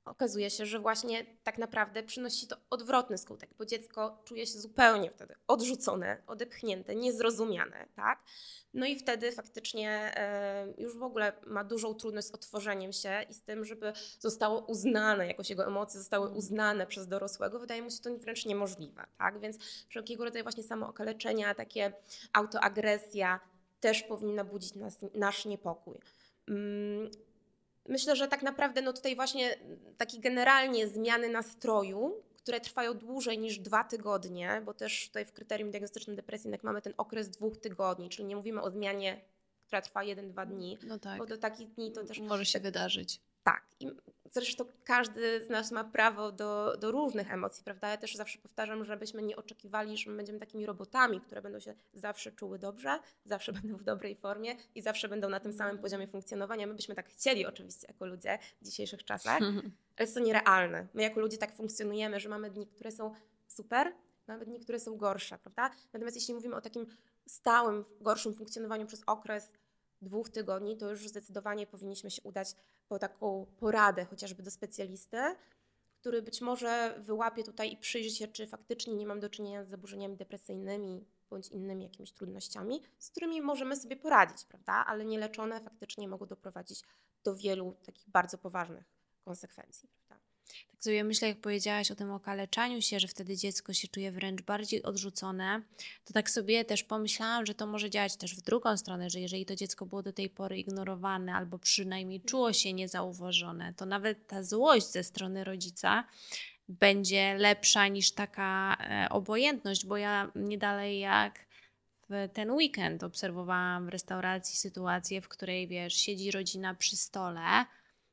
okazuje się, że właśnie tak naprawdę przynosi to odwrotny skutek, bo dziecko czuje się zupełnie wtedy odrzucone, odepchnięte, niezrozumiane, tak? No i wtedy faktycznie już w ogóle ma dużą trudność z otworzeniem się i z tym, żeby zostało uznane, jakoś jego emocje zostały uznane przez dorosłego. Wydaje mu się to wręcz niemożliwe, tak? Więc wszelkiego rodzaju właśnie samookaleczenia, takie autoagresja też powinna budzić nasz niepokój. Myślę, że tak naprawdę no tutaj właśnie takie generalnie zmiany nastroju, które trwają dłużej niż 2 tygodnie, bo też tutaj w kryterium diagnostycznym depresji jednak mamy ten okres 2 tygodni, czyli nie mówimy o zmianie, która trwa 1-2 dni, No tak. bo do takich dni to też może się wydarzyć. Tak. I zresztą każdy z nas ma prawo do różnych emocji, prawda? Ja też zawsze powtarzam, żebyśmy nie oczekiwali, że my będziemy takimi robotami, które będą się zawsze czuły dobrze, zawsze będą w dobrej formie i zawsze będą na tym samym poziomie funkcjonowania. My byśmy tak chcieli oczywiście jako ludzie w dzisiejszych czasach, ale jest to nierealne. My jako ludzie tak funkcjonujemy, że mamy dni, które są super, mamy dni, które są gorsze, prawda? Natomiast jeśli mówimy o takim stałym, gorszym funkcjonowaniu przez okres 2 tygodni, to już zdecydowanie powinniśmy się udać po taką poradę chociażby do specjalisty, który być może wyłapie tutaj i przyjrzy się, czy faktycznie nie mam do czynienia z zaburzeniami depresyjnymi bądź innymi jakimiś trudnościami, z którymi możemy sobie poradzić, prawda? Ale nieleczone faktycznie mogą doprowadzić do wielu takich bardzo poważnych konsekwencji, prawda? Tak sobie myślę, jak powiedziałaś o tym okaleczaniu się, że wtedy dziecko się czuje wręcz bardziej odrzucone, to tak sobie też pomyślałam, że to może działać też w drugą stronę, że jeżeli to dziecko było do tej pory ignorowane albo przynajmniej czuło się niezauważone, to nawet ta złość ze strony rodzica będzie lepsza niż taka obojętność, bo ja nie dalej jak w ten weekend obserwowałam w restauracji sytuację, w której wiesz, siedzi rodzina przy stole,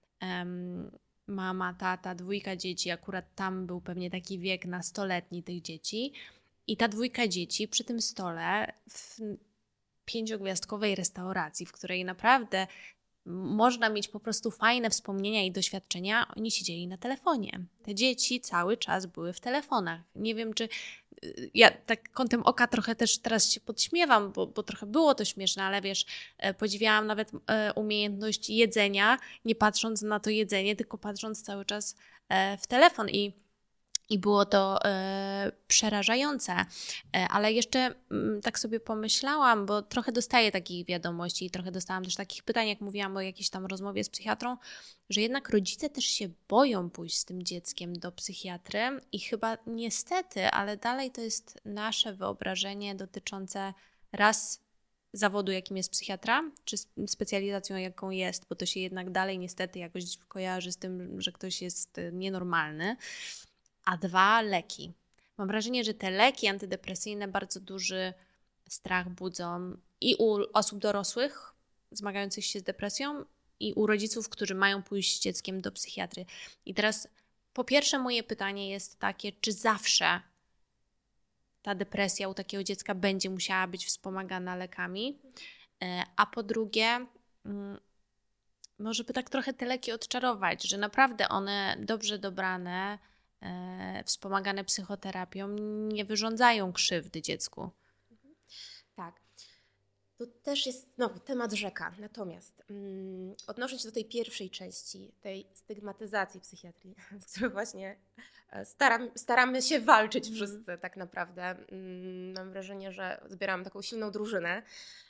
mama, tata, 2 dzieci, akurat tam był pewnie taki wiek nastoletni tych dzieci i ta 2 dzieci przy tym stole w 5-gwiazdkowej restauracji, w której naprawdę można mieć po prostu fajne wspomnienia i doświadczenia, oni siedzieli na telefonie. Te dzieci cały czas były w telefonach. Nie wiem, czy ja tak kątem oka trochę też teraz się podśmiewam, bo trochę było to śmieszne, ale wiesz, podziwiałam nawet umiejętność jedzenia, nie patrząc na to jedzenie, tylko patrząc cały czas w telefon i było to przerażające. Ale jeszcze tak sobie pomyślałam, bo trochę dostaję takich wiadomości i trochę dostałam też takich pytań, jak mówiłam o jakiejś tam rozmowie z psychiatrą, że jednak rodzice też się boją pójść z tym dzieckiem do psychiatry i chyba niestety, ale dalej to jest nasze wyobrażenie dotyczące raz zawodu, jakim jest psychiatra, czy specjalizacją, jaką jest, bo to się jednak dalej niestety jakoś kojarzy z tym, że ktoś jest nienormalny. A 2, leki. Mam wrażenie, że te leki antydepresyjne bardzo duży strach budzą i u osób dorosłych zmagających się z depresją i u rodziców, którzy mają pójść z dzieckiem do psychiatry. I teraz po pierwsze moje pytanie jest takie, czy zawsze ta depresja u takiego dziecka będzie musiała być wspomagana lekami? A po drugie, żeby tak trochę te leki odczarować, że naprawdę one dobrze dobrane, wspomagane psychoterapią, nie wyrządzają krzywdy dziecku. Tak. To też jest znowu temat rzeka. Natomiast odnosząc się do tej pierwszej części, tej stygmatyzacji psychiatrii, z którą właśnie staramy się walczyć wszyscy tak naprawdę. Mam wrażenie, że zbieramy taką silną drużynę.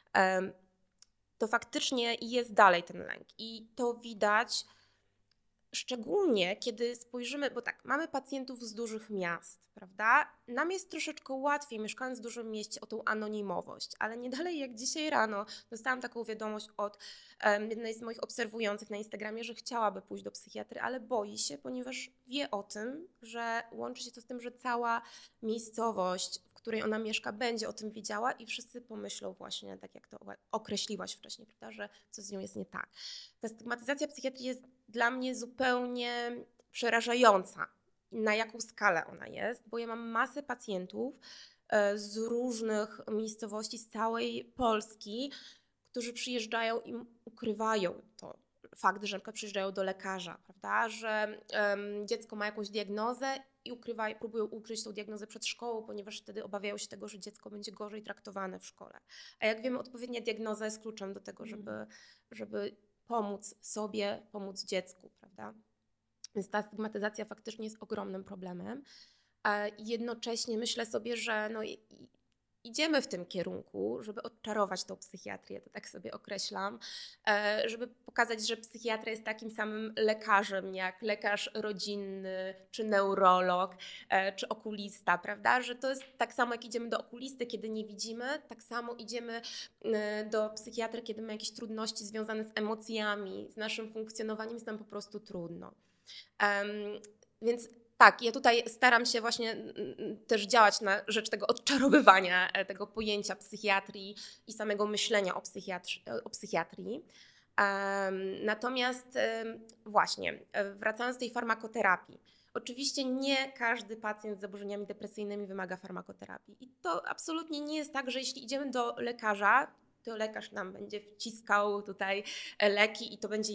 To faktycznie jest dalej ten lęk. I to widać szczególnie, kiedy spojrzymy, bo tak, mamy pacjentów z dużych miast, prawda? Nam jest troszeczkę łatwiej, mieszkając w dużym mieście, o tą anonimowość, ale nie dalej jak dzisiaj rano dostałam taką wiadomość od jednej z moich obserwujących na Instagramie, że chciałaby pójść do psychiatry, ale boi się, ponieważ wie o tym, że łączy się to z tym, że cała miejscowość, w której ona mieszka, będzie o tym wiedziała i wszyscy pomyślą właśnie, tak jak to określiłaś wcześniej, prawda, że coś z nią jest nie tak. Ta stygmatyzacja psychiatrii jest dla mnie zupełnie przerażająca, na jaką skalę ona jest, bo ja mam masę pacjentów z różnych miejscowości z całej Polski, którzy przyjeżdżają i ukrywają to. Fakt, że przyjeżdżają do lekarza, prawda, że dziecko ma jakąś diagnozę i próbują ukryć tą diagnozę przed szkołą, ponieważ wtedy obawiają się tego, że dziecko będzie gorzej traktowane w szkole. A jak wiemy, odpowiednia diagnoza jest kluczem do tego, żeby pomóc sobie, pomóc dziecku, prawda? Więc ta stygmatyzacja faktycznie jest ogromnym problemem. A jednocześnie myślę sobie, że no idziemy w tym kierunku, żeby odczarować tą psychiatrię, to tak sobie określam, żeby pokazać, że psychiatra jest takim samym lekarzem jak lekarz rodzinny, czy neurolog, czy okulista, prawda? Że to jest tak samo, jak idziemy do okulisty, kiedy nie widzimy, tak samo idziemy do psychiatry, kiedy mamy jakieś trudności związane z emocjami, z naszym funkcjonowaniem, jest nam po prostu trudno. Więc tak, ja tutaj staram się właśnie też działać na rzecz tego odczarowywania tego pojęcia psychiatrii i samego myślenia o psychiatrii. Natomiast właśnie, wracając do tej farmakoterapii. Oczywiście nie każdy pacjent z zaburzeniami depresyjnymi wymaga farmakoterapii. I to absolutnie nie jest tak, że jeśli idziemy do lekarza, to lekarz nam będzie wciskał tutaj leki i to będzie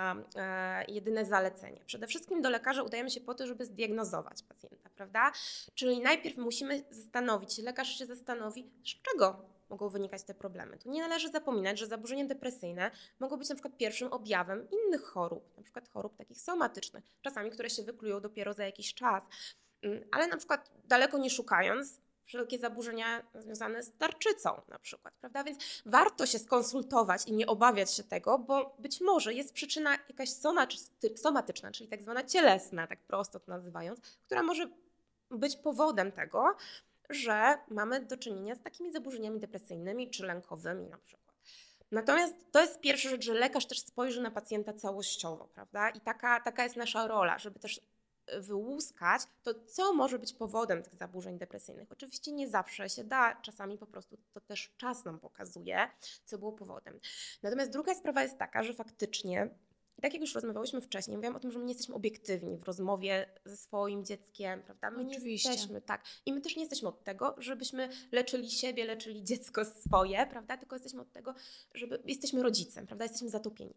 jedyne zalecenie. Przede wszystkim do lekarza udajemy się po to, żeby zdiagnozować pacjenta, prawda? Czyli najpierw musimy zastanowić się, lekarz się zastanowi, z czego mogą wynikać te problemy. Tu nie należy zapominać, że zaburzenia depresyjne mogą być na przykład pierwszym objawem innych chorób, na przykład chorób takich somatycznych, czasami które się wyklują dopiero za jakiś czas, ale na przykład daleko nie szukając, wszelkie zaburzenia związane z tarczycą na przykład, prawda? Więc warto się skonsultować i nie obawiać się tego, bo być może jest przyczyna jakaś somatyczna, czyli tak zwana cielesna, tak prosto to nazywając, która może być powodem tego, że mamy do czynienia z takimi zaburzeniami depresyjnymi czy lękowymi na przykład. Natomiast to jest pierwsza rzecz, że lekarz też spojrzy na pacjenta całościowo, prawda? I taka jest nasza rola, żeby też wyłuskać to, co może być powodem tych zaburzeń depresyjnych. Oczywiście nie zawsze się da, czasami po prostu to też czas nam pokazuje, co było powodem. Natomiast druga sprawa jest taka, że faktycznie, i tak jak już rozmawiałyśmy wcześniej, mówiłam o tym, że my nie jesteśmy obiektywni w rozmowie ze swoim dzieckiem, prawda? My Oczywiście. nie jesteśmy, tak. I my też nie jesteśmy od tego, żebyśmy leczyli siebie, leczyli dziecko swoje, prawda? Tylko jesteśmy od tego, jesteśmy rodzicem, prawda? Jesteśmy zatopieni.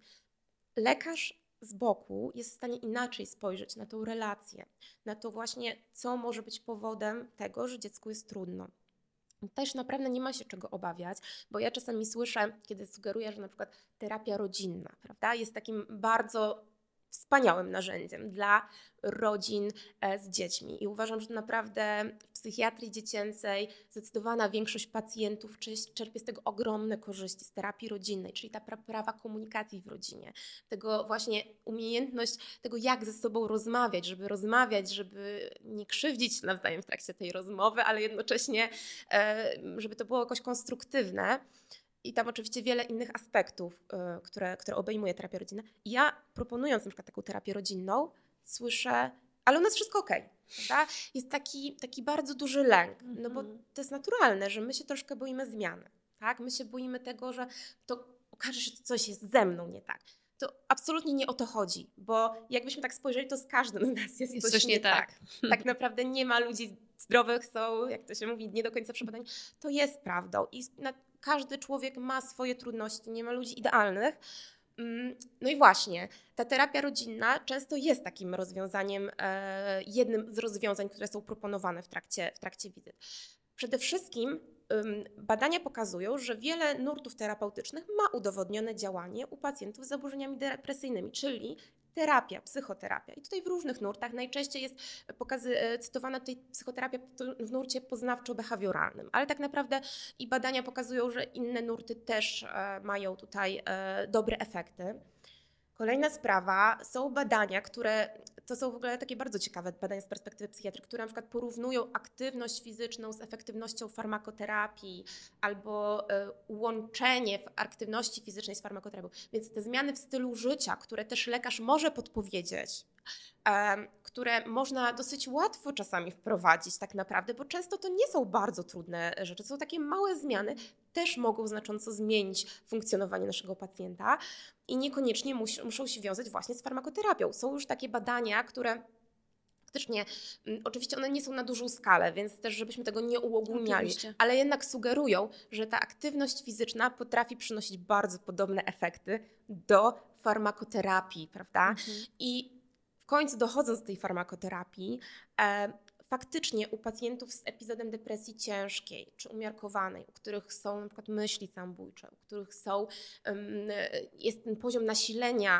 Lekarz z boku jest w stanie inaczej spojrzeć na tą relację, na to właśnie, co może być powodem tego, że dziecku jest trudno. Też naprawdę nie ma się czego obawiać, bo ja czasami słyszę, kiedy sugeruję, że na przykład terapia rodzinna, prawda, jest takim bardzo wspaniałym narzędziem dla rodzin z dziećmi. I uważam, że naprawdę w psychiatrii dziecięcej zdecydowana większość pacjentów czerpie z tego ogromne korzyści, z terapii rodzinnej, czyli ta prawa komunikacji w rodzinie, tego właśnie umiejętność tego, jak ze sobą rozmawiać, żeby nie krzywdzić się nawzajem w trakcie tej rozmowy, ale jednocześnie, żeby to było jakoś konstruktywne. I tam oczywiście wiele innych aspektów, które obejmuje terapia rodzinna. I ja proponując na przykład taką terapię rodzinną, słyszę, ale u nas wszystko okej, prawda? Jest taki bardzo duży lęk, no bo to jest naturalne, że my się troszkę boimy zmiany, tak? My się boimy tego, że to okaże się, że coś jest ze mną nie tak. To absolutnie nie o to chodzi, bo jakbyśmy tak spojrzeli, to z każdym z nas jest coś nie tak. Tak naprawdę nie ma ludzi zdrowych, są, jak to się mówi, nie do końca przebadani. To jest prawdą i każdy człowiek ma swoje trudności, nie ma ludzi idealnych. No i właśnie, ta terapia rodzinna często jest takim rozwiązaniem, jednym z rozwiązań, które są proponowane w trakcie wizyt. Przede wszystkim badania pokazują, że wiele nurtów terapeutycznych ma udowodnione działanie u pacjentów z zaburzeniami depresyjnymi, czyli terapia, psychoterapia. I tutaj w różnych nurtach najczęściej jest cytowana tutaj psychoterapia w nurcie poznawczo-behawioralnym, ale tak naprawdę i badania pokazują, że inne nurty też mają tutaj dobre efekty. Kolejna sprawa, są badania, to są w ogóle takie bardzo ciekawe badania z perspektywy psychiatry, które na przykład porównują aktywność fizyczną z efektywnością farmakoterapii albo łączenie aktywności fizycznej z farmakoterapią. Więc te zmiany w stylu życia, które też lekarz może podpowiedzieć, które można dosyć łatwo czasami wprowadzić tak naprawdę, bo często to nie są bardzo trudne rzeczy, to są takie małe zmiany, też mogą znacząco zmienić funkcjonowanie naszego pacjenta i niekoniecznie muszą się wiązać właśnie z farmakoterapią. Są już takie badania, które faktycznie, oczywiście one nie są na dużą skalę, więc też żebyśmy tego nie uogólniali, ale jednak sugerują, że ta aktywność fizyczna potrafi przynosić bardzo podobne efekty do farmakoterapii, prawda? I w końcu dochodząc do tej farmakoterapii, faktycznie u pacjentów z epizodem depresji ciężkiej czy umiarkowanej, u których są na przykład myśli samobójcze, u których jest ten poziom nasilenia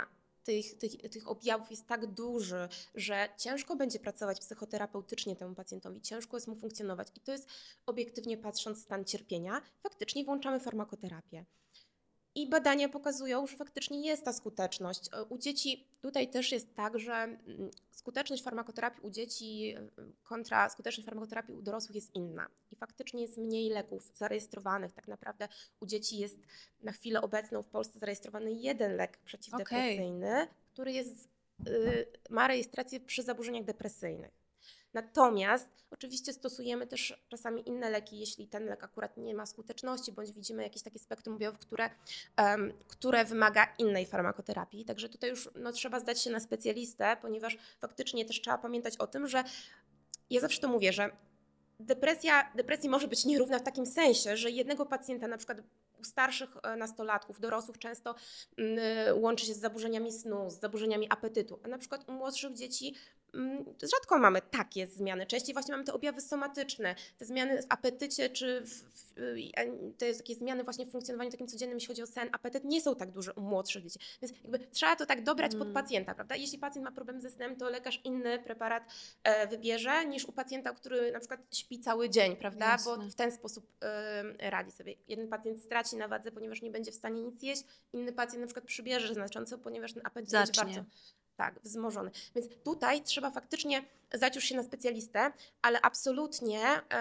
tych objawów jest tak duży, że ciężko będzie pracować psychoterapeutycznie temu pacjentowi, ciężko jest mu funkcjonować i to jest obiektywnie patrząc stan cierpienia, faktycznie włączamy farmakoterapię. I badania pokazują, że faktycznie jest ta skuteczność. U dzieci tutaj też jest tak, że skuteczność farmakoterapii u dzieci kontra skuteczność farmakoterapii u dorosłych jest inna. I faktycznie jest mniej leków zarejestrowanych. Tak naprawdę u dzieci jest na chwilę obecną w Polsce zarejestrowany jeden lek przeciwdepresyjny, który ma rejestrację przy zaburzeniach depresyjnych. Natomiast oczywiście stosujemy też czasami inne leki, jeśli ten lek akurat nie ma skuteczności, bądź widzimy jakieś takie spektrum objawów, które wymaga innej farmakoterapii. Także tutaj już trzeba zdać się na specjalistę, ponieważ faktycznie też trzeba pamiętać o tym, że ja zawsze to mówię, że depresji może być nierówna w takim sensie, że jednego pacjenta na przykład u starszych nastolatków, dorosłych często łączy się z zaburzeniami snu, z zaburzeniami apetytu, a na przykład u młodszych dzieci rzadko mamy takie zmiany. Częściej właśnie mamy te objawy somatyczne, te zmiany w apetycie, czy te takie zmiany właśnie w funkcjonowaniu takim codziennym, jeśli chodzi o sen, apetyt, nie są tak duże u młodszych dzieci. Więc jakby trzeba to tak dobrać pod pacjenta, prawda? Jeśli pacjent ma problem ze snem, to lekarz inny preparat wybierze niż u pacjenta, który na przykład śpi cały dzień, prawda? Jasne. Bo w ten sposób radzi sobie. Jeden pacjent straci na wadze, ponieważ nie będzie w stanie nic jeść, inny pacjent na przykład przybierze znacząco, ponieważ ten apetyt będzie bardzo wzmożony. Więc tutaj trzeba faktycznie zdać już się na specjalistę, ale absolutnie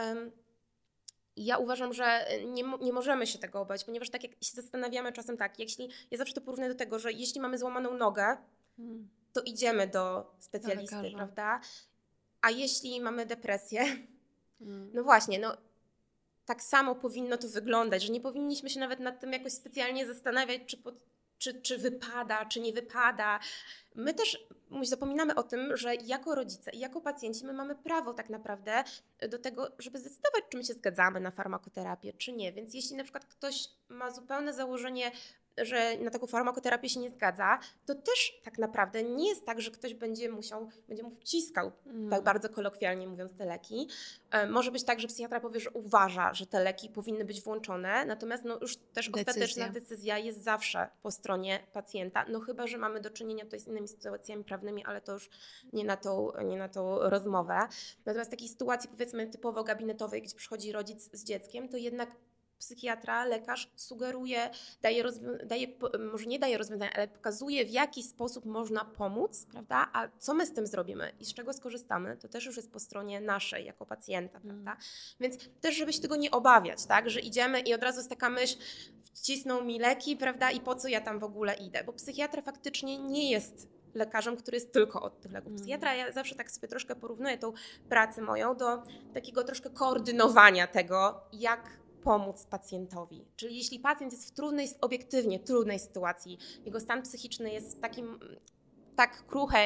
ja uważam, że nie możemy się tego obawiać, ponieważ tak jak się zastanawiamy czasem ja zawsze to porównuję do tego, że jeśli mamy złamaną nogę, to idziemy do specjalisty, prawda? A jeśli mamy depresję, no właśnie, tak samo powinno to wyglądać, że nie powinniśmy się nawet nad tym jakoś specjalnie zastanawiać, czy wypada, czy nie wypada. My też zapominamy o tym, że jako rodzice i jako pacjenci my mamy prawo tak naprawdę do tego, żeby zdecydować, czy my się zgadzamy na farmakoterapię, czy nie. Więc jeśli na przykład ktoś ma zupełne założenie, że na taką farmakoterapię się nie zgadza, to też tak naprawdę nie jest tak, że ktoś będzie mu wciskał, tak bardzo kolokwialnie mówiąc, te leki. Może być tak, że psychiatra powie, że uważa, że te leki powinny być włączone, natomiast już też ostateczna decyzja jest zawsze po stronie pacjenta, chyba że mamy do czynienia tutaj z innymi sytuacjami prawnymi, ale to już nie na tą rozmowę. Natomiast w takiej sytuacji powiedzmy typowo gabinetowej, gdzie przychodzi rodzic z dzieckiem, to jednak psychiatra, lekarz sugeruje, może nie daje rozwiązania, ale pokazuje, w jaki sposób można pomóc, prawda? A co my z tym zrobimy i z czego skorzystamy, to też już jest po stronie naszej jako pacjenta, prawda? Więc też, żeby się tego nie obawiać, tak? Że idziemy i od razu jest taka myśl, wcisną mi leki, prawda? I po co ja tam w ogóle idę? Bo psychiatra faktycznie nie jest lekarzem, który jest tylko od tych leków. Psychiatra, ja zawsze tak sobie troszkę porównuję tą pracę moją do takiego troszkę koordynowania tego, jak pomóc pacjentowi. Czyli jeśli pacjent jest w obiektywnie trudnej sytuacji, jego stan psychiczny jest tak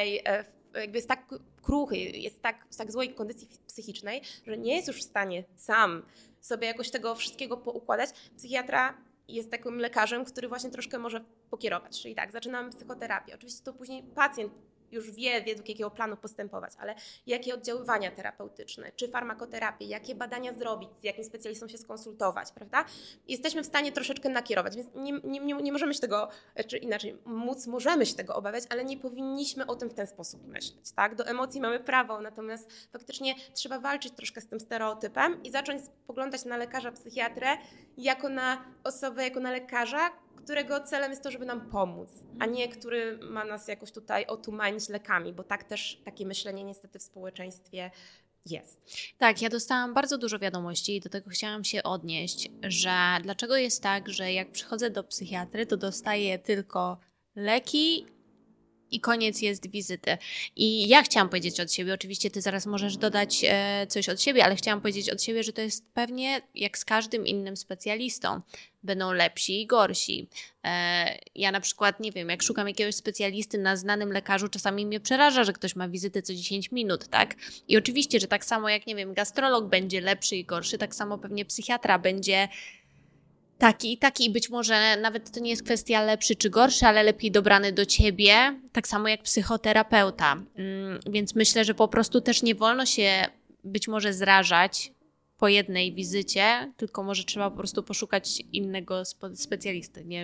kruchy, jest w tak złej kondycji psychicznej, że nie jest już w stanie sam sobie jakoś tego wszystkiego poukładać, psychiatra jest takim lekarzem, który właśnie troszkę może pokierować. Czyli tak, zaczynamy psychoterapię. Oczywiście to później pacjent już wie, według jakiego planu postępować, ale jakie oddziaływania terapeutyczne, czy farmakoterapię, jakie badania zrobić, z jakim specjalistą się skonsultować, prawda? Jesteśmy w stanie troszeczkę nakierować, więc nie możemy się tego, czy inaczej, możemy się tego obawiać, ale nie powinniśmy o tym w ten sposób myśleć, tak? Do emocji mamy prawo, natomiast faktycznie trzeba walczyć troszkę z tym stereotypem i zacząć spoglądać na lekarza, psychiatrę jako na osobę, jako na lekarza, którego celem jest to, żeby nam pomóc, a nie który ma nas jakoś tutaj otumanić lekami, bo tak też takie myślenie niestety w społeczeństwie jest. Tak, ja dostałam bardzo dużo wiadomości i do tego chciałam się odnieść, że dlaczego jest tak, że jak przychodzę do psychiatry, to dostaję tylko leki i koniec jest wizyty. I ja chciałam powiedzieć od siebie, oczywiście ty zaraz możesz dodać coś od siebie, ale chciałam powiedzieć od siebie, że to jest pewnie jak z każdym innym specjalistą. Będą lepsi i gorsi. Ja na przykład, nie wiem, jak szukam jakiegoś specjalisty na znanym lekarzu, czasami mnie przeraża, że ktoś ma wizytę co 10 minut, tak? I oczywiście, że tak samo jak, nie wiem, gastrolog będzie lepszy i gorszy, tak samo pewnie psychiatra będzie taki i być może nawet to nie jest kwestia lepszy czy gorszy, ale lepiej dobrany do ciebie, tak samo jak psychoterapeuta. Więc myślę, że po prostu też nie wolno się być może zrażać po jednej wizycie, tylko może trzeba po prostu poszukać innego specjalisty. Nie wiem,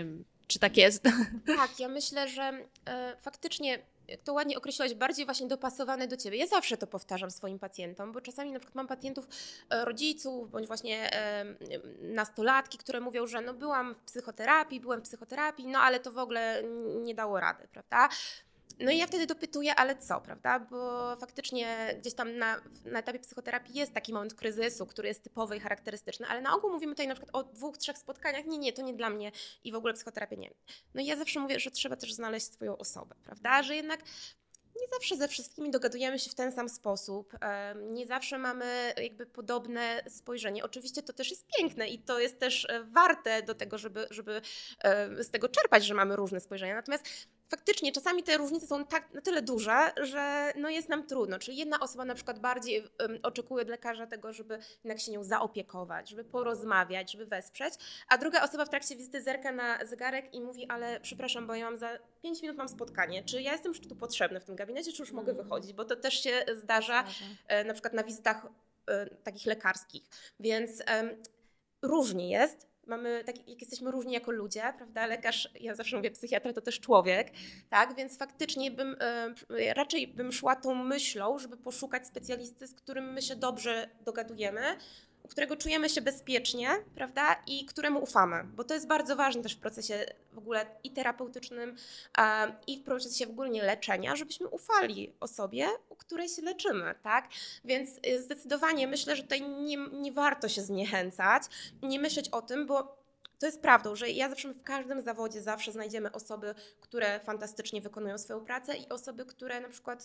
Czy tak jest? Tak, ja myślę, że faktycznie, jak to ładnie określiłaś, bardziej właśnie dopasowane do Ciebie. Ja zawsze to powtarzam swoim pacjentom, bo czasami na przykład mam pacjentów, rodziców, bądź właśnie nastolatki, które mówią, że no byłem w psychoterapii, no ale to w ogóle nie dało rady, prawda? No i ja wtedy dopytuję, ale co, prawda? Bo faktycznie gdzieś tam na etapie psychoterapii jest taki moment kryzysu, który jest typowy i charakterystyczny, ale na ogół mówimy tutaj na przykład o 2, 3 spotkaniach. Nie, to nie dla mnie i w ogóle psychoterapia nie. No i ja zawsze mówię, że trzeba też znaleźć swoją osobę, prawda? Że jednak nie zawsze ze wszystkimi dogadujemy się w ten sam sposób, nie zawsze mamy jakby podobne spojrzenie. Oczywiście to też jest piękne i to jest też warte do tego, żeby z tego czerpać, że mamy różne spojrzenia. Natomiast faktycznie czasami te różnice są na tyle duże, że no jest nam trudno. Czyli jedna osoba na przykład bardziej oczekuje od lekarza tego, żeby jednak się nią zaopiekować, żeby porozmawiać, żeby wesprzeć, a druga osoba w trakcie wizyty zerka na zegarek i mówi, ale przepraszam, bo ja mam za 5 minut mam spotkanie. Czy ja jestem już tu potrzebny w tym gabinecie, czy już mogę wychodzić? Bo to też się zdarza na przykład na wizytach takich lekarskich. Więc różnie jest. Jak jesteśmy różni jako ludzie, prawda? Lekarz, ja zawsze mówię, psychiatra to też człowiek, tak? Więc faktycznie raczej bym szła tą myślą, żeby poszukać specjalisty, z którym my się dobrze dogadujemy, u którego czujemy się bezpiecznie, prawda? I któremu ufamy, bo to jest bardzo ważne też w procesie w ogóle i terapeutycznym, i w procesie w ogóle leczenia, żebyśmy ufali osobie, u której się leczymy, tak? Więc zdecydowanie myślę, że tutaj nie warto się zniechęcać, nie myśleć o tym, bo to jest prawdą, że ja zawsze w każdym zawodzie zawsze znajdziemy osoby, które fantastycznie wykonują swoją pracę i osoby, które na przykład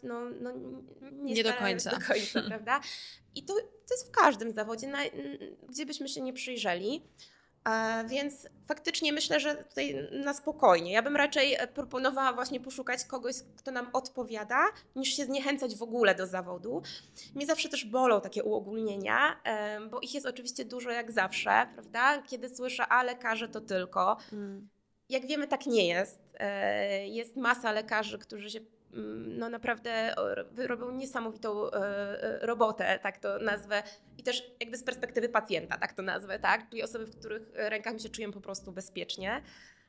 nie do końca, prawda? I to jest w każdym zawodzie, gdzie byśmy się nie przyjrzeli. Więc faktycznie myślę, że tutaj na spokojnie. Ja bym raczej proponowała właśnie poszukać kogoś, kto nam odpowiada, niż się zniechęcać w ogóle do zawodu. Mnie zawsze też bolą takie uogólnienia, bo ich jest oczywiście dużo jak zawsze, prawda? Kiedy słyszę, a lekarze to tylko. Jak wiemy, tak nie jest. Jest masa lekarzy, którzy się naprawdę robią niesamowitą robotę, tak to nazwę, i też jakby z perspektywy pacjenta, tak to nazwę, tak? Czyli osoby, w których rękach my się czujemy po prostu bezpiecznie.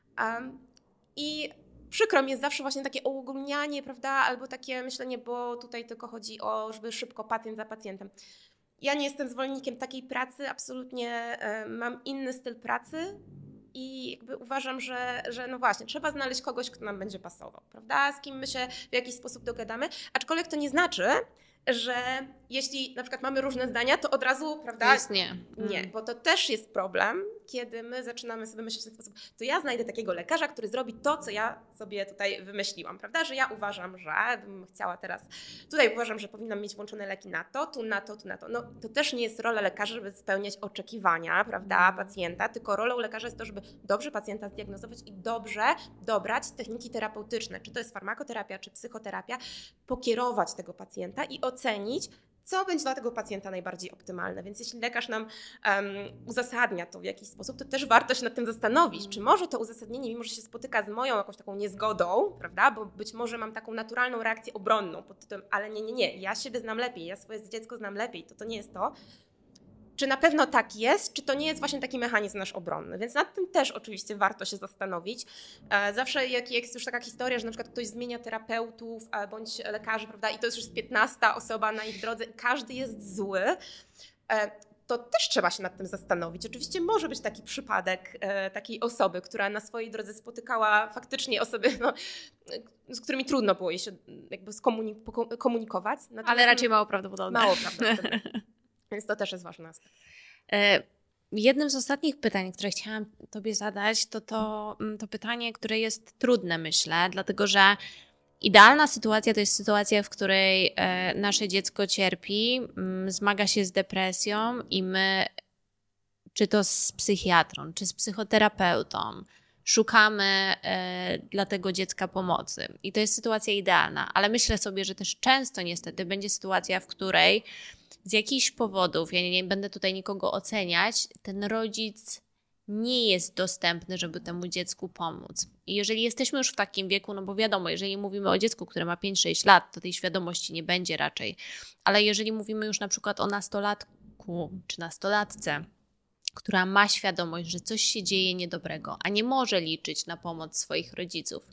I przykro mi jest zawsze właśnie takie uogólnianie, prawda, albo takie myślenie, bo tutaj tylko chodzi o, żeby szybko pacjent za pacjentem. Ja nie jestem zwolennikiem takiej pracy, absolutnie mam inny styl pracy. I jakby uważam, że no właśnie, trzeba znaleźć kogoś, kto nam będzie pasował, prawda? Z kim my się w jakiś sposób dogadamy. Aczkolwiek to nie znaczy, że jeśli na przykład mamy różne zdania, to od razu, prawda? Jest nie. Nie, bo to też jest problem, kiedy my zaczynamy sobie myśleć w ten sposób, to ja znajdę takiego lekarza, który zrobi to, co ja sobie tutaj wymyśliłam, prawda? Że ja uważam, że bym chciała teraz, tutaj uważam, że powinnam mieć włączone leki na to, tu na to, tu na to. No to też nie jest rola lekarza, żeby spełniać oczekiwania, prawda, pacjenta, tylko rolą lekarza jest to, żeby dobrze pacjenta zdiagnozować i dobrze dobrać techniki terapeutyczne, czy to jest farmakoterapia, czy psychoterapia, pokierować tego pacjenta i ocenić, co będzie dla tego pacjenta najbardziej optymalne. Więc jeśli lekarz nam uzasadnia to w jakiś sposób, to też warto się nad tym zastanowić, czy może to uzasadnienie, mimo że się spotyka z moją jakąś taką niezgodą, prawda, bo być może mam taką naturalną reakcję obronną pod tytułem, ale nie, ja siebie znam lepiej, ja swoje dziecko znam lepiej, to nie jest to. Czy na pewno tak jest, czy to nie jest właśnie taki mechanizm nasz obronny. Więc nad tym też oczywiście warto się zastanowić. Zawsze jak jest już taka historia, że na przykład ktoś zmienia terapeutów bądź lekarzy, prawda, i to jest już 15 osoba na ich drodze i każdy jest zły, to też trzeba się nad tym zastanowić. Oczywiście może być taki przypadek takiej osoby, która na swojej drodze spotykała faktycznie osoby, z którymi trudno było jej się jakby komunikować. Ale raczej mało prawdopodobne. Mało prawdopodobne. Więc to też jest ważny aspekt. Jednym z ostatnich pytań, które chciałam Tobie zadać, to pytanie, które jest trudne, myślę, dlatego że idealna sytuacja to jest sytuacja, w której nasze dziecko cierpi, zmaga się z depresją i my, czy to z psychiatrą, czy z psychoterapeutą, szukamy dla tego dziecka pomocy. I to jest sytuacja idealna, ale myślę sobie, że też często niestety będzie sytuacja, w której z jakichś powodów, ja nie będę tutaj nikogo oceniać, ten rodzic nie jest dostępny, żeby temu dziecku pomóc. I jeżeli jesteśmy już w takim wieku, no bo wiadomo, jeżeli mówimy o dziecku, które ma 5-6 lat, to tej świadomości nie będzie raczej. Ale jeżeli mówimy już na przykład o nastolatku czy nastolatce, która ma świadomość, że coś się dzieje niedobrego, a nie może liczyć na pomoc swoich rodziców.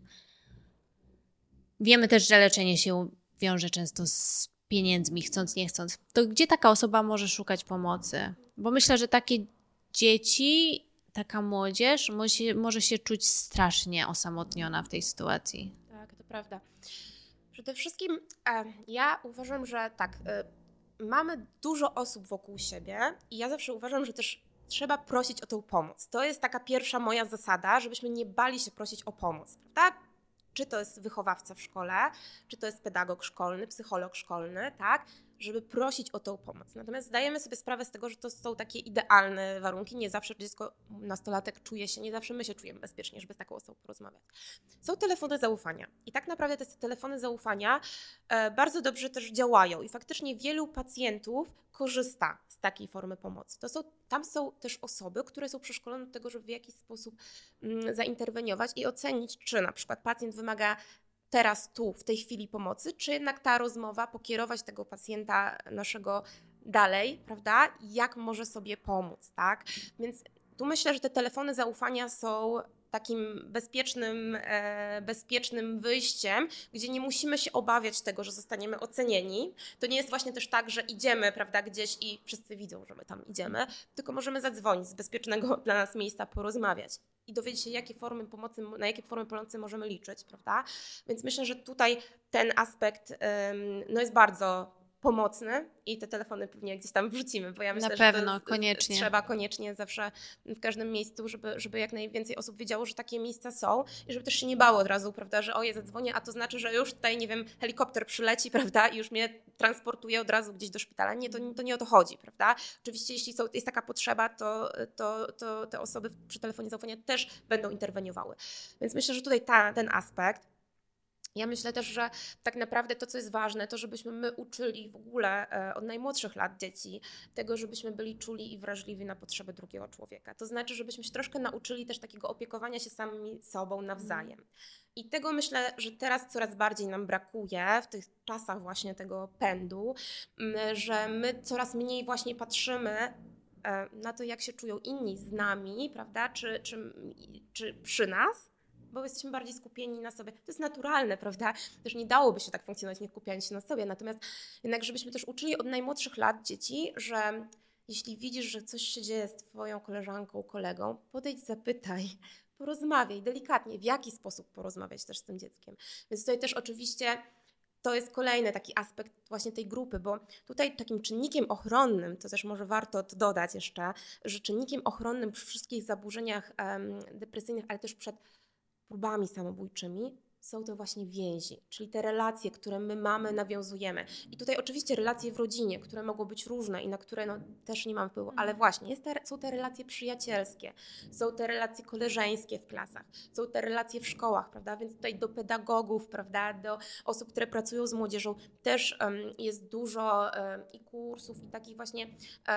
Wiemy też, że leczenie się wiąże często z pieniędzmi, chcąc, nie chcąc. To gdzie taka osoba może szukać pomocy? Bo myślę, że takie dzieci, taka młodzież może się czuć strasznie osamotniona w tej sytuacji. Tak, to prawda. Przede wszystkim ja uważam, że tak, mamy dużo osób wokół siebie i ja zawsze uważam, że też trzeba prosić o tę pomoc. To jest taka pierwsza moja zasada, żebyśmy nie bali się prosić o pomoc, prawda? Czy to jest wychowawca w szkole, czy to jest pedagog szkolny, psycholog szkolny, tak? Żeby prosić o tą pomoc. Natomiast zdajemy sobie sprawę z tego, że to są takie idealne warunki. Nie zawsze dziecko, nastolatek czuje się, nie zawsze my się czujemy bezpiecznie, żeby z taką osobą porozmawiać. Są telefony zaufania i tak naprawdę te telefony zaufania bardzo dobrze też działają i faktycznie wielu pacjentów korzysta z takiej formy pomocy. Tam są też osoby, które są przeszkolone do tego, żeby w jakiś sposób zainterweniować i ocenić, czy na przykład pacjent wymaga teraz, tu, w tej chwili pomocy, czy jednak ta rozmowa pokierować tego pacjenta naszego dalej, prawda? Jak może sobie pomóc, tak? Więc tu myślę, że te telefony zaufania są takim bezpiecznym wyjściem, gdzie nie musimy się obawiać tego, że zostaniemy ocenieni. To nie jest właśnie też tak, że idziemy, prawda, gdzieś i wszyscy widzą, że my tam idziemy, tylko możemy zadzwonić z bezpiecznego dla nas miejsca, porozmawiać i dowiedzieć się, na jakie formy pomocy możemy liczyć, prawda? Więc myślę, że tutaj ten aspekt jest bardzo pomocny i te telefony pewnie gdzieś tam wrzucimy, bo ja myślę, na że pewno, koniecznie. Trzeba koniecznie zawsze w każdym miejscu, żeby jak najwięcej osób wiedziało, że takie miejsca są i żeby też się nie bało od razu, prawda, że zadzwonię, a to znaczy, że już tutaj, nie wiem, helikopter przyleci, prawda, i już mnie transportuje od razu gdzieś do szpitala. Nie, to nie o to chodzi, prawda? Oczywiście, jeśli jest taka potrzeba, to te osoby przy telefonie zaufania też będą interweniowały. Więc myślę, że tutaj ten aspekt. Ja myślę też, że tak naprawdę to, co jest ważne, to żebyśmy my uczyli w ogóle od najmłodszych lat dzieci tego, żebyśmy byli czuli i wrażliwi na potrzeby drugiego człowieka. To znaczy, żebyśmy się troszkę nauczyli też takiego opiekowania się samymi sobą nawzajem. I tego myślę, że teraz coraz bardziej nam brakuje w tych czasach właśnie tego pędu, że my coraz mniej właśnie patrzymy na to, jak się czują inni z nami, prawda, czy przy nas, bo jesteśmy bardziej skupieni na sobie. To jest naturalne, prawda? Też nie dałoby się tak funkcjonować, nie skupiając się na sobie. Natomiast jednak, żebyśmy też uczyli od najmłodszych lat dzieci, że jeśli widzisz, że coś się dzieje z twoją koleżanką, kolegą, podejdź, zapytaj, porozmawiaj delikatnie, w jaki sposób porozmawiać też z tym dzieckiem. Więc tutaj też oczywiście to jest kolejny taki aspekt właśnie tej grupy, bo tutaj takim czynnikiem ochronnym, to też może warto to dodać jeszcze, że czynnikiem ochronnym przy wszystkich zaburzeniach depresyjnych, ale też przed próbami samobójczymi są to właśnie więzi, czyli te relacje, które my mamy, nawiązujemy. I tutaj oczywiście relacje w rodzinie, które mogą być różne i na które też nie mam wpływu, ale właśnie są te relacje przyjacielskie, są te relacje koleżeńskie w klasach, są te relacje w szkołach, prawda? Więc tutaj do pedagogów, prawda, do osób, które pracują z młodzieżą też jest dużo i kursów i takich właśnie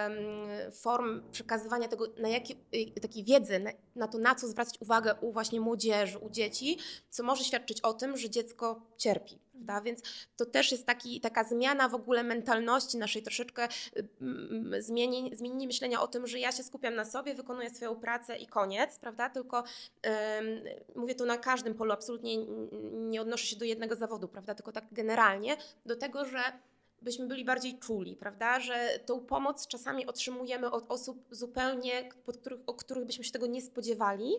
form przekazywania tego, takiej wiedzy na to, na co zwracać uwagę u właśnie młodzieży, u dzieci, co może świadczyć o tym, że dziecko cierpi, prawda? Więc to też jest taka zmiana w ogóle mentalności naszej, troszeczkę zmienienie myślenia o tym, że ja się skupiam na sobie, wykonuję swoją pracę i koniec, prawda? Tylko mówię to na każdym polu, absolutnie nie odnoszę się do jednego zawodu, prawda? Tylko tak generalnie do tego, że byśmy byli bardziej czuli, prawda? Że tą pomoc czasami otrzymujemy od osób zupełnie, o których byśmy się tego nie spodziewali.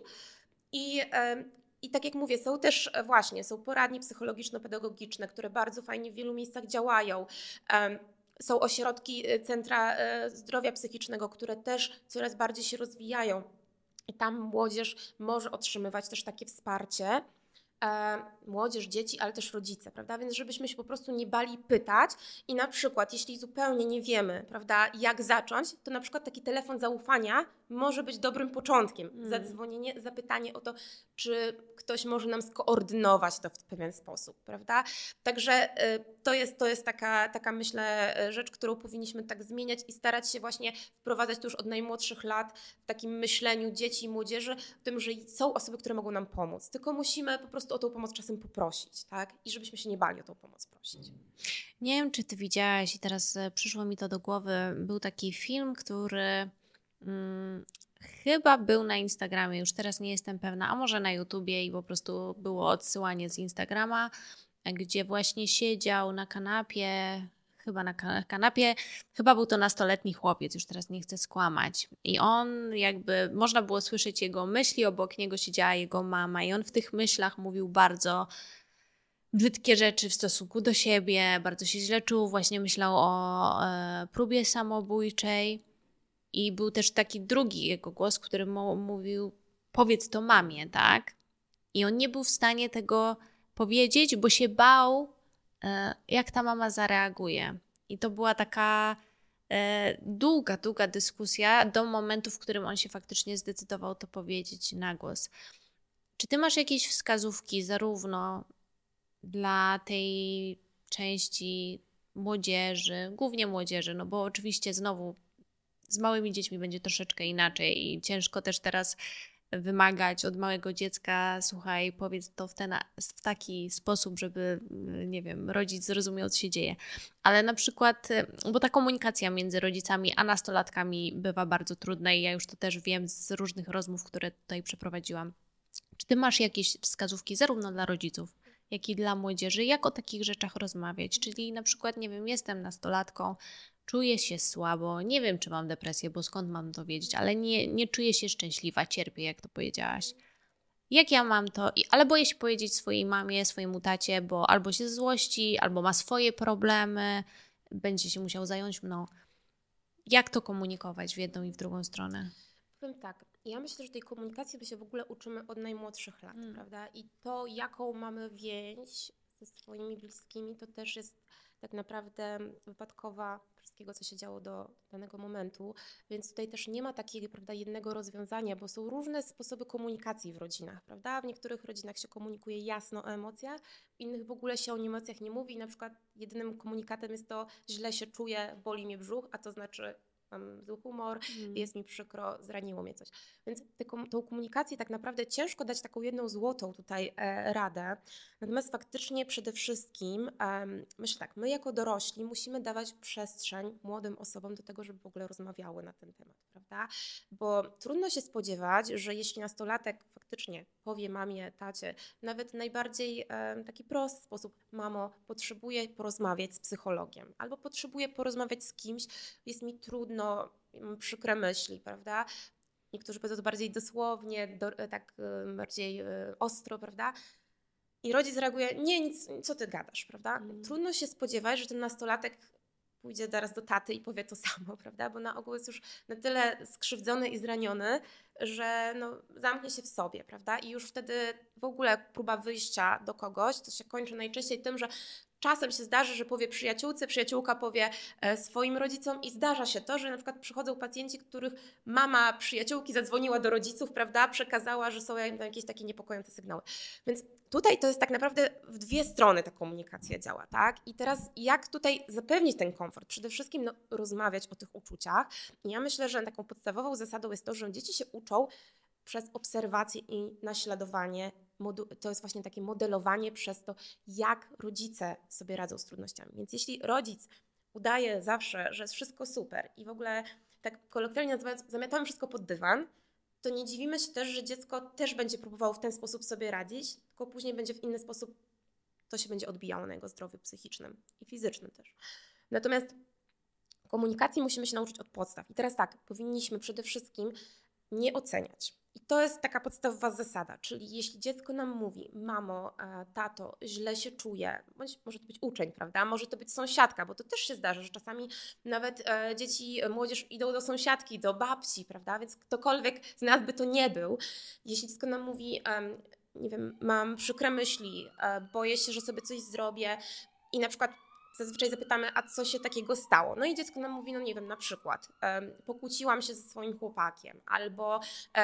I tak jak mówię, są poradnie psychologiczno-pedagogiczne, które bardzo fajnie w wielu miejscach działają. Są ośrodki, centra zdrowia psychicznego, które też coraz bardziej się rozwijają. I tam młodzież może otrzymywać też takie wsparcie. Młodzież, dzieci, ale też rodzice, prawda? Więc żebyśmy się po prostu nie bali pytać i na przykład, jeśli zupełnie nie wiemy, prawda, jak zacząć, to na przykład taki telefon zaufania może być dobrym początkiem. Zadzwonienie, zapytanie o to, czy ktoś może nam skoordynować to w pewien sposób, prawda? Także to jest taka myślę rzecz, którą powinniśmy tak zmieniać i starać się właśnie wprowadzać to już od najmłodszych lat w takim myśleniu dzieci i młodzieży, w tym, że są osoby, które mogą nam pomóc, tylko musimy po prostu o tą pomoc czasem poprosić, tak? I żebyśmy się nie bali o tą pomoc prosić. Nie wiem, czy ty widziałaś i teraz przyszło mi to do głowy, był taki film, który Chyba był na Instagramie, już teraz nie jestem pewna, a może na YouTubie i po prostu było odsyłanie z Instagrama, gdzie właśnie siedział na kanapie, chyba był to nastoletni chłopiec, już teraz nie chcę skłamać. I on jakby, można było słyszeć jego myśli, obok niego siedziała jego mama i on w tych myślach mówił bardzo brzydkie rzeczy w stosunku do siebie, bardzo się źle czuł, właśnie myślał o próbie samobójczej. I był też taki drugi jego głos, który mówił, powiedz to mamie, tak? I on nie był w stanie tego powiedzieć, bo się bał, jak ta mama zareaguje. I to była taka długa dyskusja do momentu, w którym on się faktycznie zdecydował to powiedzieć na głos. Czy ty masz jakieś wskazówki zarówno dla tej części młodzieży, głównie młodzieży, no bo oczywiście znowu z małymi dziećmi będzie troszeczkę inaczej i ciężko też teraz wymagać od małego dziecka, słuchaj, powiedz to w taki sposób, żeby, nie wiem, rodzic zrozumiał, co się dzieje. Ale na przykład, bo ta komunikacja między rodzicami a nastolatkami bywa bardzo trudna i ja już to też wiem z różnych rozmów, które tutaj przeprowadziłam. Czy ty masz jakieś wskazówki zarówno dla rodziców, jak i dla młodzieży, jak o takich rzeczach rozmawiać? Czyli na przykład, nie wiem, jestem nastolatką, czuję się słabo, nie wiem, czy mam depresję, bo skąd mam to wiedzieć, ale nie czuję się szczęśliwa, cierpię, jak to powiedziałaś. Jak ja mam to, ale boję się powiedzieć swojej mamie, swojemu tacie, bo albo się złości, albo ma swoje problemy, będzie się musiał zająć mną. Jak to komunikować w jedną i w drugą stronę? Powiem tak, ja myślę, że tej komunikacji my się w ogóle uczymy od najmłodszych lat, prawda? I to, jaką mamy więź ze swoimi bliskimi, to też jest tak naprawdę wypadkowa wszystkiego, co się działo do danego momentu, więc tutaj też nie ma takiego, prawda, jednego rozwiązania, bo są różne sposoby komunikacji w rodzinach, prawda? W niektórych rodzinach się komunikuje jasno o emocjach, w innych w ogóle się o emocjach nie mówi i na przykład jedynym komunikatem jest to, źle się czuję, boli mnie brzuch, a to znaczy mam zły humor, jest mi przykro, zraniło mnie coś. Więc tą komunikację tak naprawdę ciężko dać taką jedną złotą tutaj radę. Natomiast faktycznie przede wszystkim myślę tak, my jako dorośli musimy dawać przestrzeń młodym osobom do tego, żeby w ogóle rozmawiały na ten temat, prawda? Bo trudno się spodziewać, że jeśli nastolatek faktycznie powie mamie, tacie, nawet najbardziej taki prosty sposób, mamo, potrzebuję porozmawiać z psychologiem albo potrzebuję porozmawiać z kimś, jest mi trudno, mam przykre myśli, prawda? Niektórzy powiedzą to bardziej dosłownie, tak bardziej ostro, prawda? I rodzic reaguje, nie, nic, co ty gadasz, prawda? Trudno się spodziewać, że ten nastolatek pójdzie zaraz do taty i powie to samo, prawda? Bo na ogół jest już na tyle skrzywdzony i zraniony, że no, zamknie się w sobie, prawda? I już wtedy w ogóle próba wyjścia do kogoś, to się kończy najczęściej tym, że czasem się zdarzy, że powie przyjaciółce, przyjaciółka powie swoim rodzicom i zdarza się to, że na przykład przychodzą pacjenci, których mama przyjaciółki zadzwoniła do rodziców, prawda, przekazała, że są jakieś takie niepokojące sygnały. Więc tutaj to jest tak naprawdę w dwie strony ta komunikacja działa, tak? I teraz jak tutaj zapewnić ten komfort? Przede wszystkim no, rozmawiać o tych uczuciach. I ja myślę, że taką podstawową zasadą jest to, że dzieci się uczą przez obserwację i naśladowanie. To jest właśnie takie modelowanie przez to, jak rodzice sobie radzą z trudnościami. Więc jeśli rodzic udaje zawsze, że jest wszystko super i w ogóle tak kolokwialnie nazywając, zamiatamy wszystko pod dywan, to nie dziwimy się też, że dziecko też będzie próbowało w ten sposób sobie radzić, tylko później będzie w inny sposób, to się będzie odbijało na jego zdrowiu psychicznym i fizycznym też. Natomiast komunikacji musimy się nauczyć od podstaw. I teraz tak, powinniśmy przede wszystkim nie oceniać. I to jest taka podstawowa zasada, czyli jeśli dziecko nam mówi, mamo, tato, źle się czuję, bądź może to być uczeń, prawda, może to być sąsiadka, bo to też się zdarza, że czasami nawet dzieci, młodzież idą do sąsiadki, do babci, prawda, więc ktokolwiek z nas by to nie był. Jeśli dziecko nam mówi, nie wiem, mam przykre myśli, boję się, że sobie coś zrobię i na przykład zazwyczaj zapytamy, a co się takiego stało? No i dziecko nam mówi, no nie wiem, na przykład pokłóciłam się ze swoim chłopakiem albo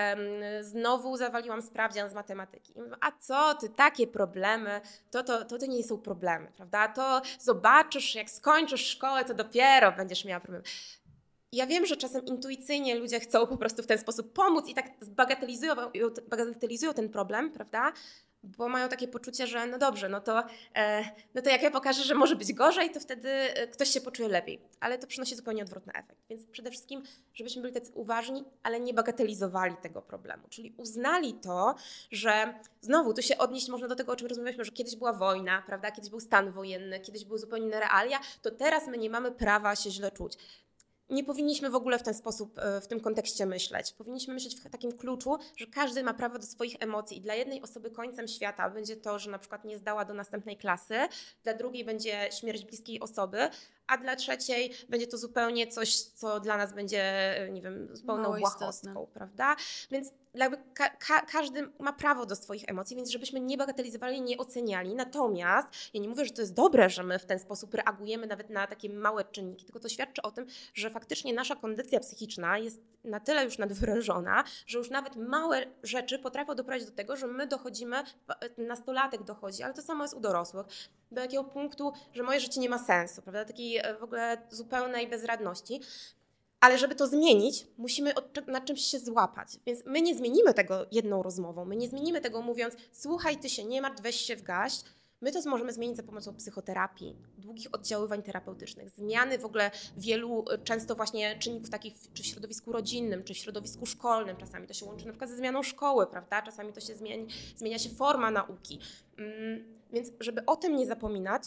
znowu zawaliłam sprawdzian z matematyki. I mówię, a co ty, takie problemy, to nie są problemy, prawda? To zobaczysz, jak skończysz szkołę, to dopiero będziesz miała problem. Ja wiem, że czasem intuicyjnie ludzie chcą po prostu w ten sposób pomóc i tak bagatelizują ten problem, prawda? bo mają takie poczucie, że no dobrze, no to jak ja pokażę, że może być gorzej, to wtedy ktoś się poczuje lepiej. Ale to przynosi zupełnie odwrotny efekt. Więc przede wszystkim, żebyśmy byli tacy uważni, ale nie bagatelizowali tego problemu. Czyli uznali to, że znowu tu się odnieść można do tego, o czym rozmawialiśmy, że kiedyś była wojna, prawda? Kiedyś był stan wojenny, kiedyś były zupełnie inne realia, to teraz my nie mamy prawa się źle czuć. Nie powinniśmy w ogóle w ten sposób, w tym kontekście myśleć. Powinniśmy myśleć w takim kluczu, że każdy ma prawo do swoich emocji i dla jednej osoby końcem świata będzie to, że na przykład nie zdała do następnej klasy, dla drugiej będzie śmierć bliskiej osoby, a dla trzeciej będzie to zupełnie coś, co dla nas będzie, nie wiem, zupełną błahostką, prawda? Więc jakby każdy ma prawo do swoich emocji, więc żebyśmy nie bagatelizowali, nie oceniali. Natomiast ja nie mówię, że to jest dobre, że my w ten sposób reagujemy nawet na takie małe czynniki, tylko to świadczy o tym, że faktycznie nasza kondycja psychiczna jest na tyle już nadwyrężona, że już nawet małe rzeczy potrafią doprowadzić do tego, że my dochodzimy, nastolatek dochodzi, ale to samo jest u dorosłych, do jakiego punktu, że moje życie nie ma sensu, prawda? Takiej w ogóle zupełnej bezradności. Ale żeby to zmienić, musimy na czymś się złapać. Więc my nie zmienimy tego jedną rozmową, my nie zmienimy tego mówiąc, słuchaj, ty się nie martw, weź się w garść. My to możemy zmienić za pomocą psychoterapii, długich oddziaływań terapeutycznych, zmiany w ogóle wielu często właśnie czynników takich, czy w środowisku rodzinnym, czy w środowisku szkolnym. Czasami to się łączy na przykład ze zmianą szkoły, prawda? Czasami to się zmienia się forma nauki. Więc żeby o tym nie zapominać,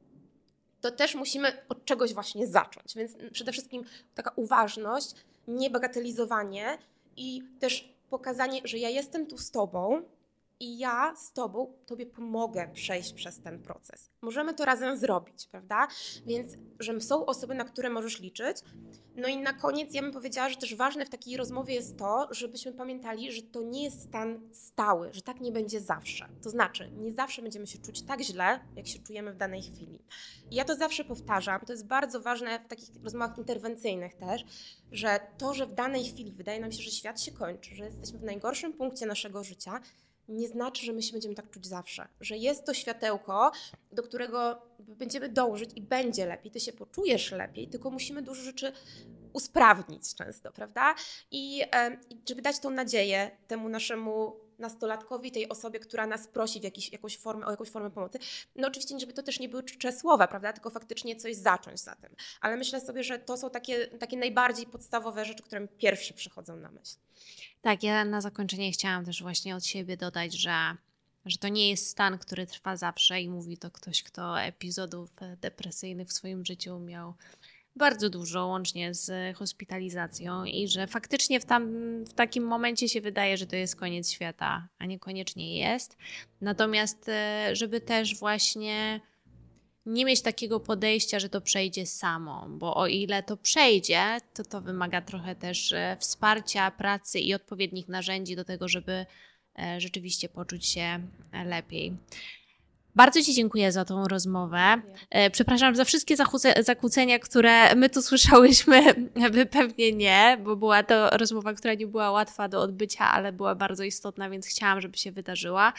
to też musimy od czegoś właśnie zacząć. Więc przede wszystkim taka uważność, niebagatelizowanie i też pokazanie, że ja jestem tu z tobą i ja z tobą tobie pomogę przejść przez ten proces. Możemy to razem zrobić, prawda? Więc, że są osoby, na które możesz liczyć. No i na koniec ja bym powiedziała, że też ważne w takiej rozmowie jest to, żebyśmy pamiętali, że to nie jest stan stały, że tak nie będzie zawsze. To znaczy, nie zawsze będziemy się czuć tak źle, jak się czujemy w danej chwili. I ja to zawsze powtarzam, to jest bardzo ważne w takich rozmowach interwencyjnych też, że to, że w danej chwili wydaje nam się, że świat się kończy, że jesteśmy w najgorszym punkcie naszego życia, nie znaczy, że my się będziemy tak czuć zawsze. Że jest to światełko, do którego będziemy dążyć i będzie lepiej. Ty się poczujesz lepiej, tylko musimy dużo rzeczy usprawnić często, prawda? I żeby dać tą nadzieję temu naszemu nastolatkowi, tej osobie, która nas prosi o jakąś formę pomocy. No oczywiście, żeby to też nie były czcze słowa, prawda? Tylko faktycznie coś zacząć za tym. Ale myślę sobie, że to są takie najbardziej podstawowe rzeczy, które mi pierwsze przychodzą na myśl. Tak, ja na zakończenie chciałam też właśnie od siebie dodać, że to nie jest stan, który trwa zawsze i mówi to ktoś, kto epizodów depresyjnych w swoim życiu miał bardzo dużo, łącznie z hospitalizacją i że faktycznie w takim momencie się wydaje, że to jest koniec świata, a niekoniecznie jest. Natomiast żeby też właśnie nie mieć takiego podejścia, że to przejdzie samo, bo o ile to przejdzie, to wymaga trochę też wsparcia, pracy i odpowiednich narzędzi do tego, żeby rzeczywiście poczuć się lepiej. Bardzo Ci dziękuję za tą rozmowę. Przepraszam za wszystkie zakłócenia, które my tu słyszałyśmy. Wy pewnie nie, bo była to rozmowa, która nie była łatwa do odbycia, ale była bardzo istotna, więc chciałam, żeby się wydarzyła.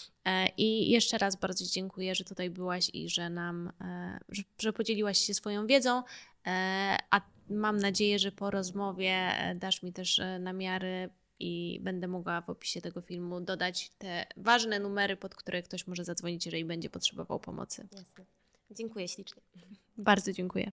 I jeszcze raz bardzo Ci dziękuję, że tutaj byłaś i że podzieliłaś się swoją wiedzą, a mam nadzieję, że po rozmowie dasz mi też namiary i będę mogła w opisie tego filmu dodać te ważne numery, pod które ktoś może zadzwonić, jeżeli będzie potrzebował pomocy. Jasne. Dziękuję ślicznie. Bardzo dziękuję.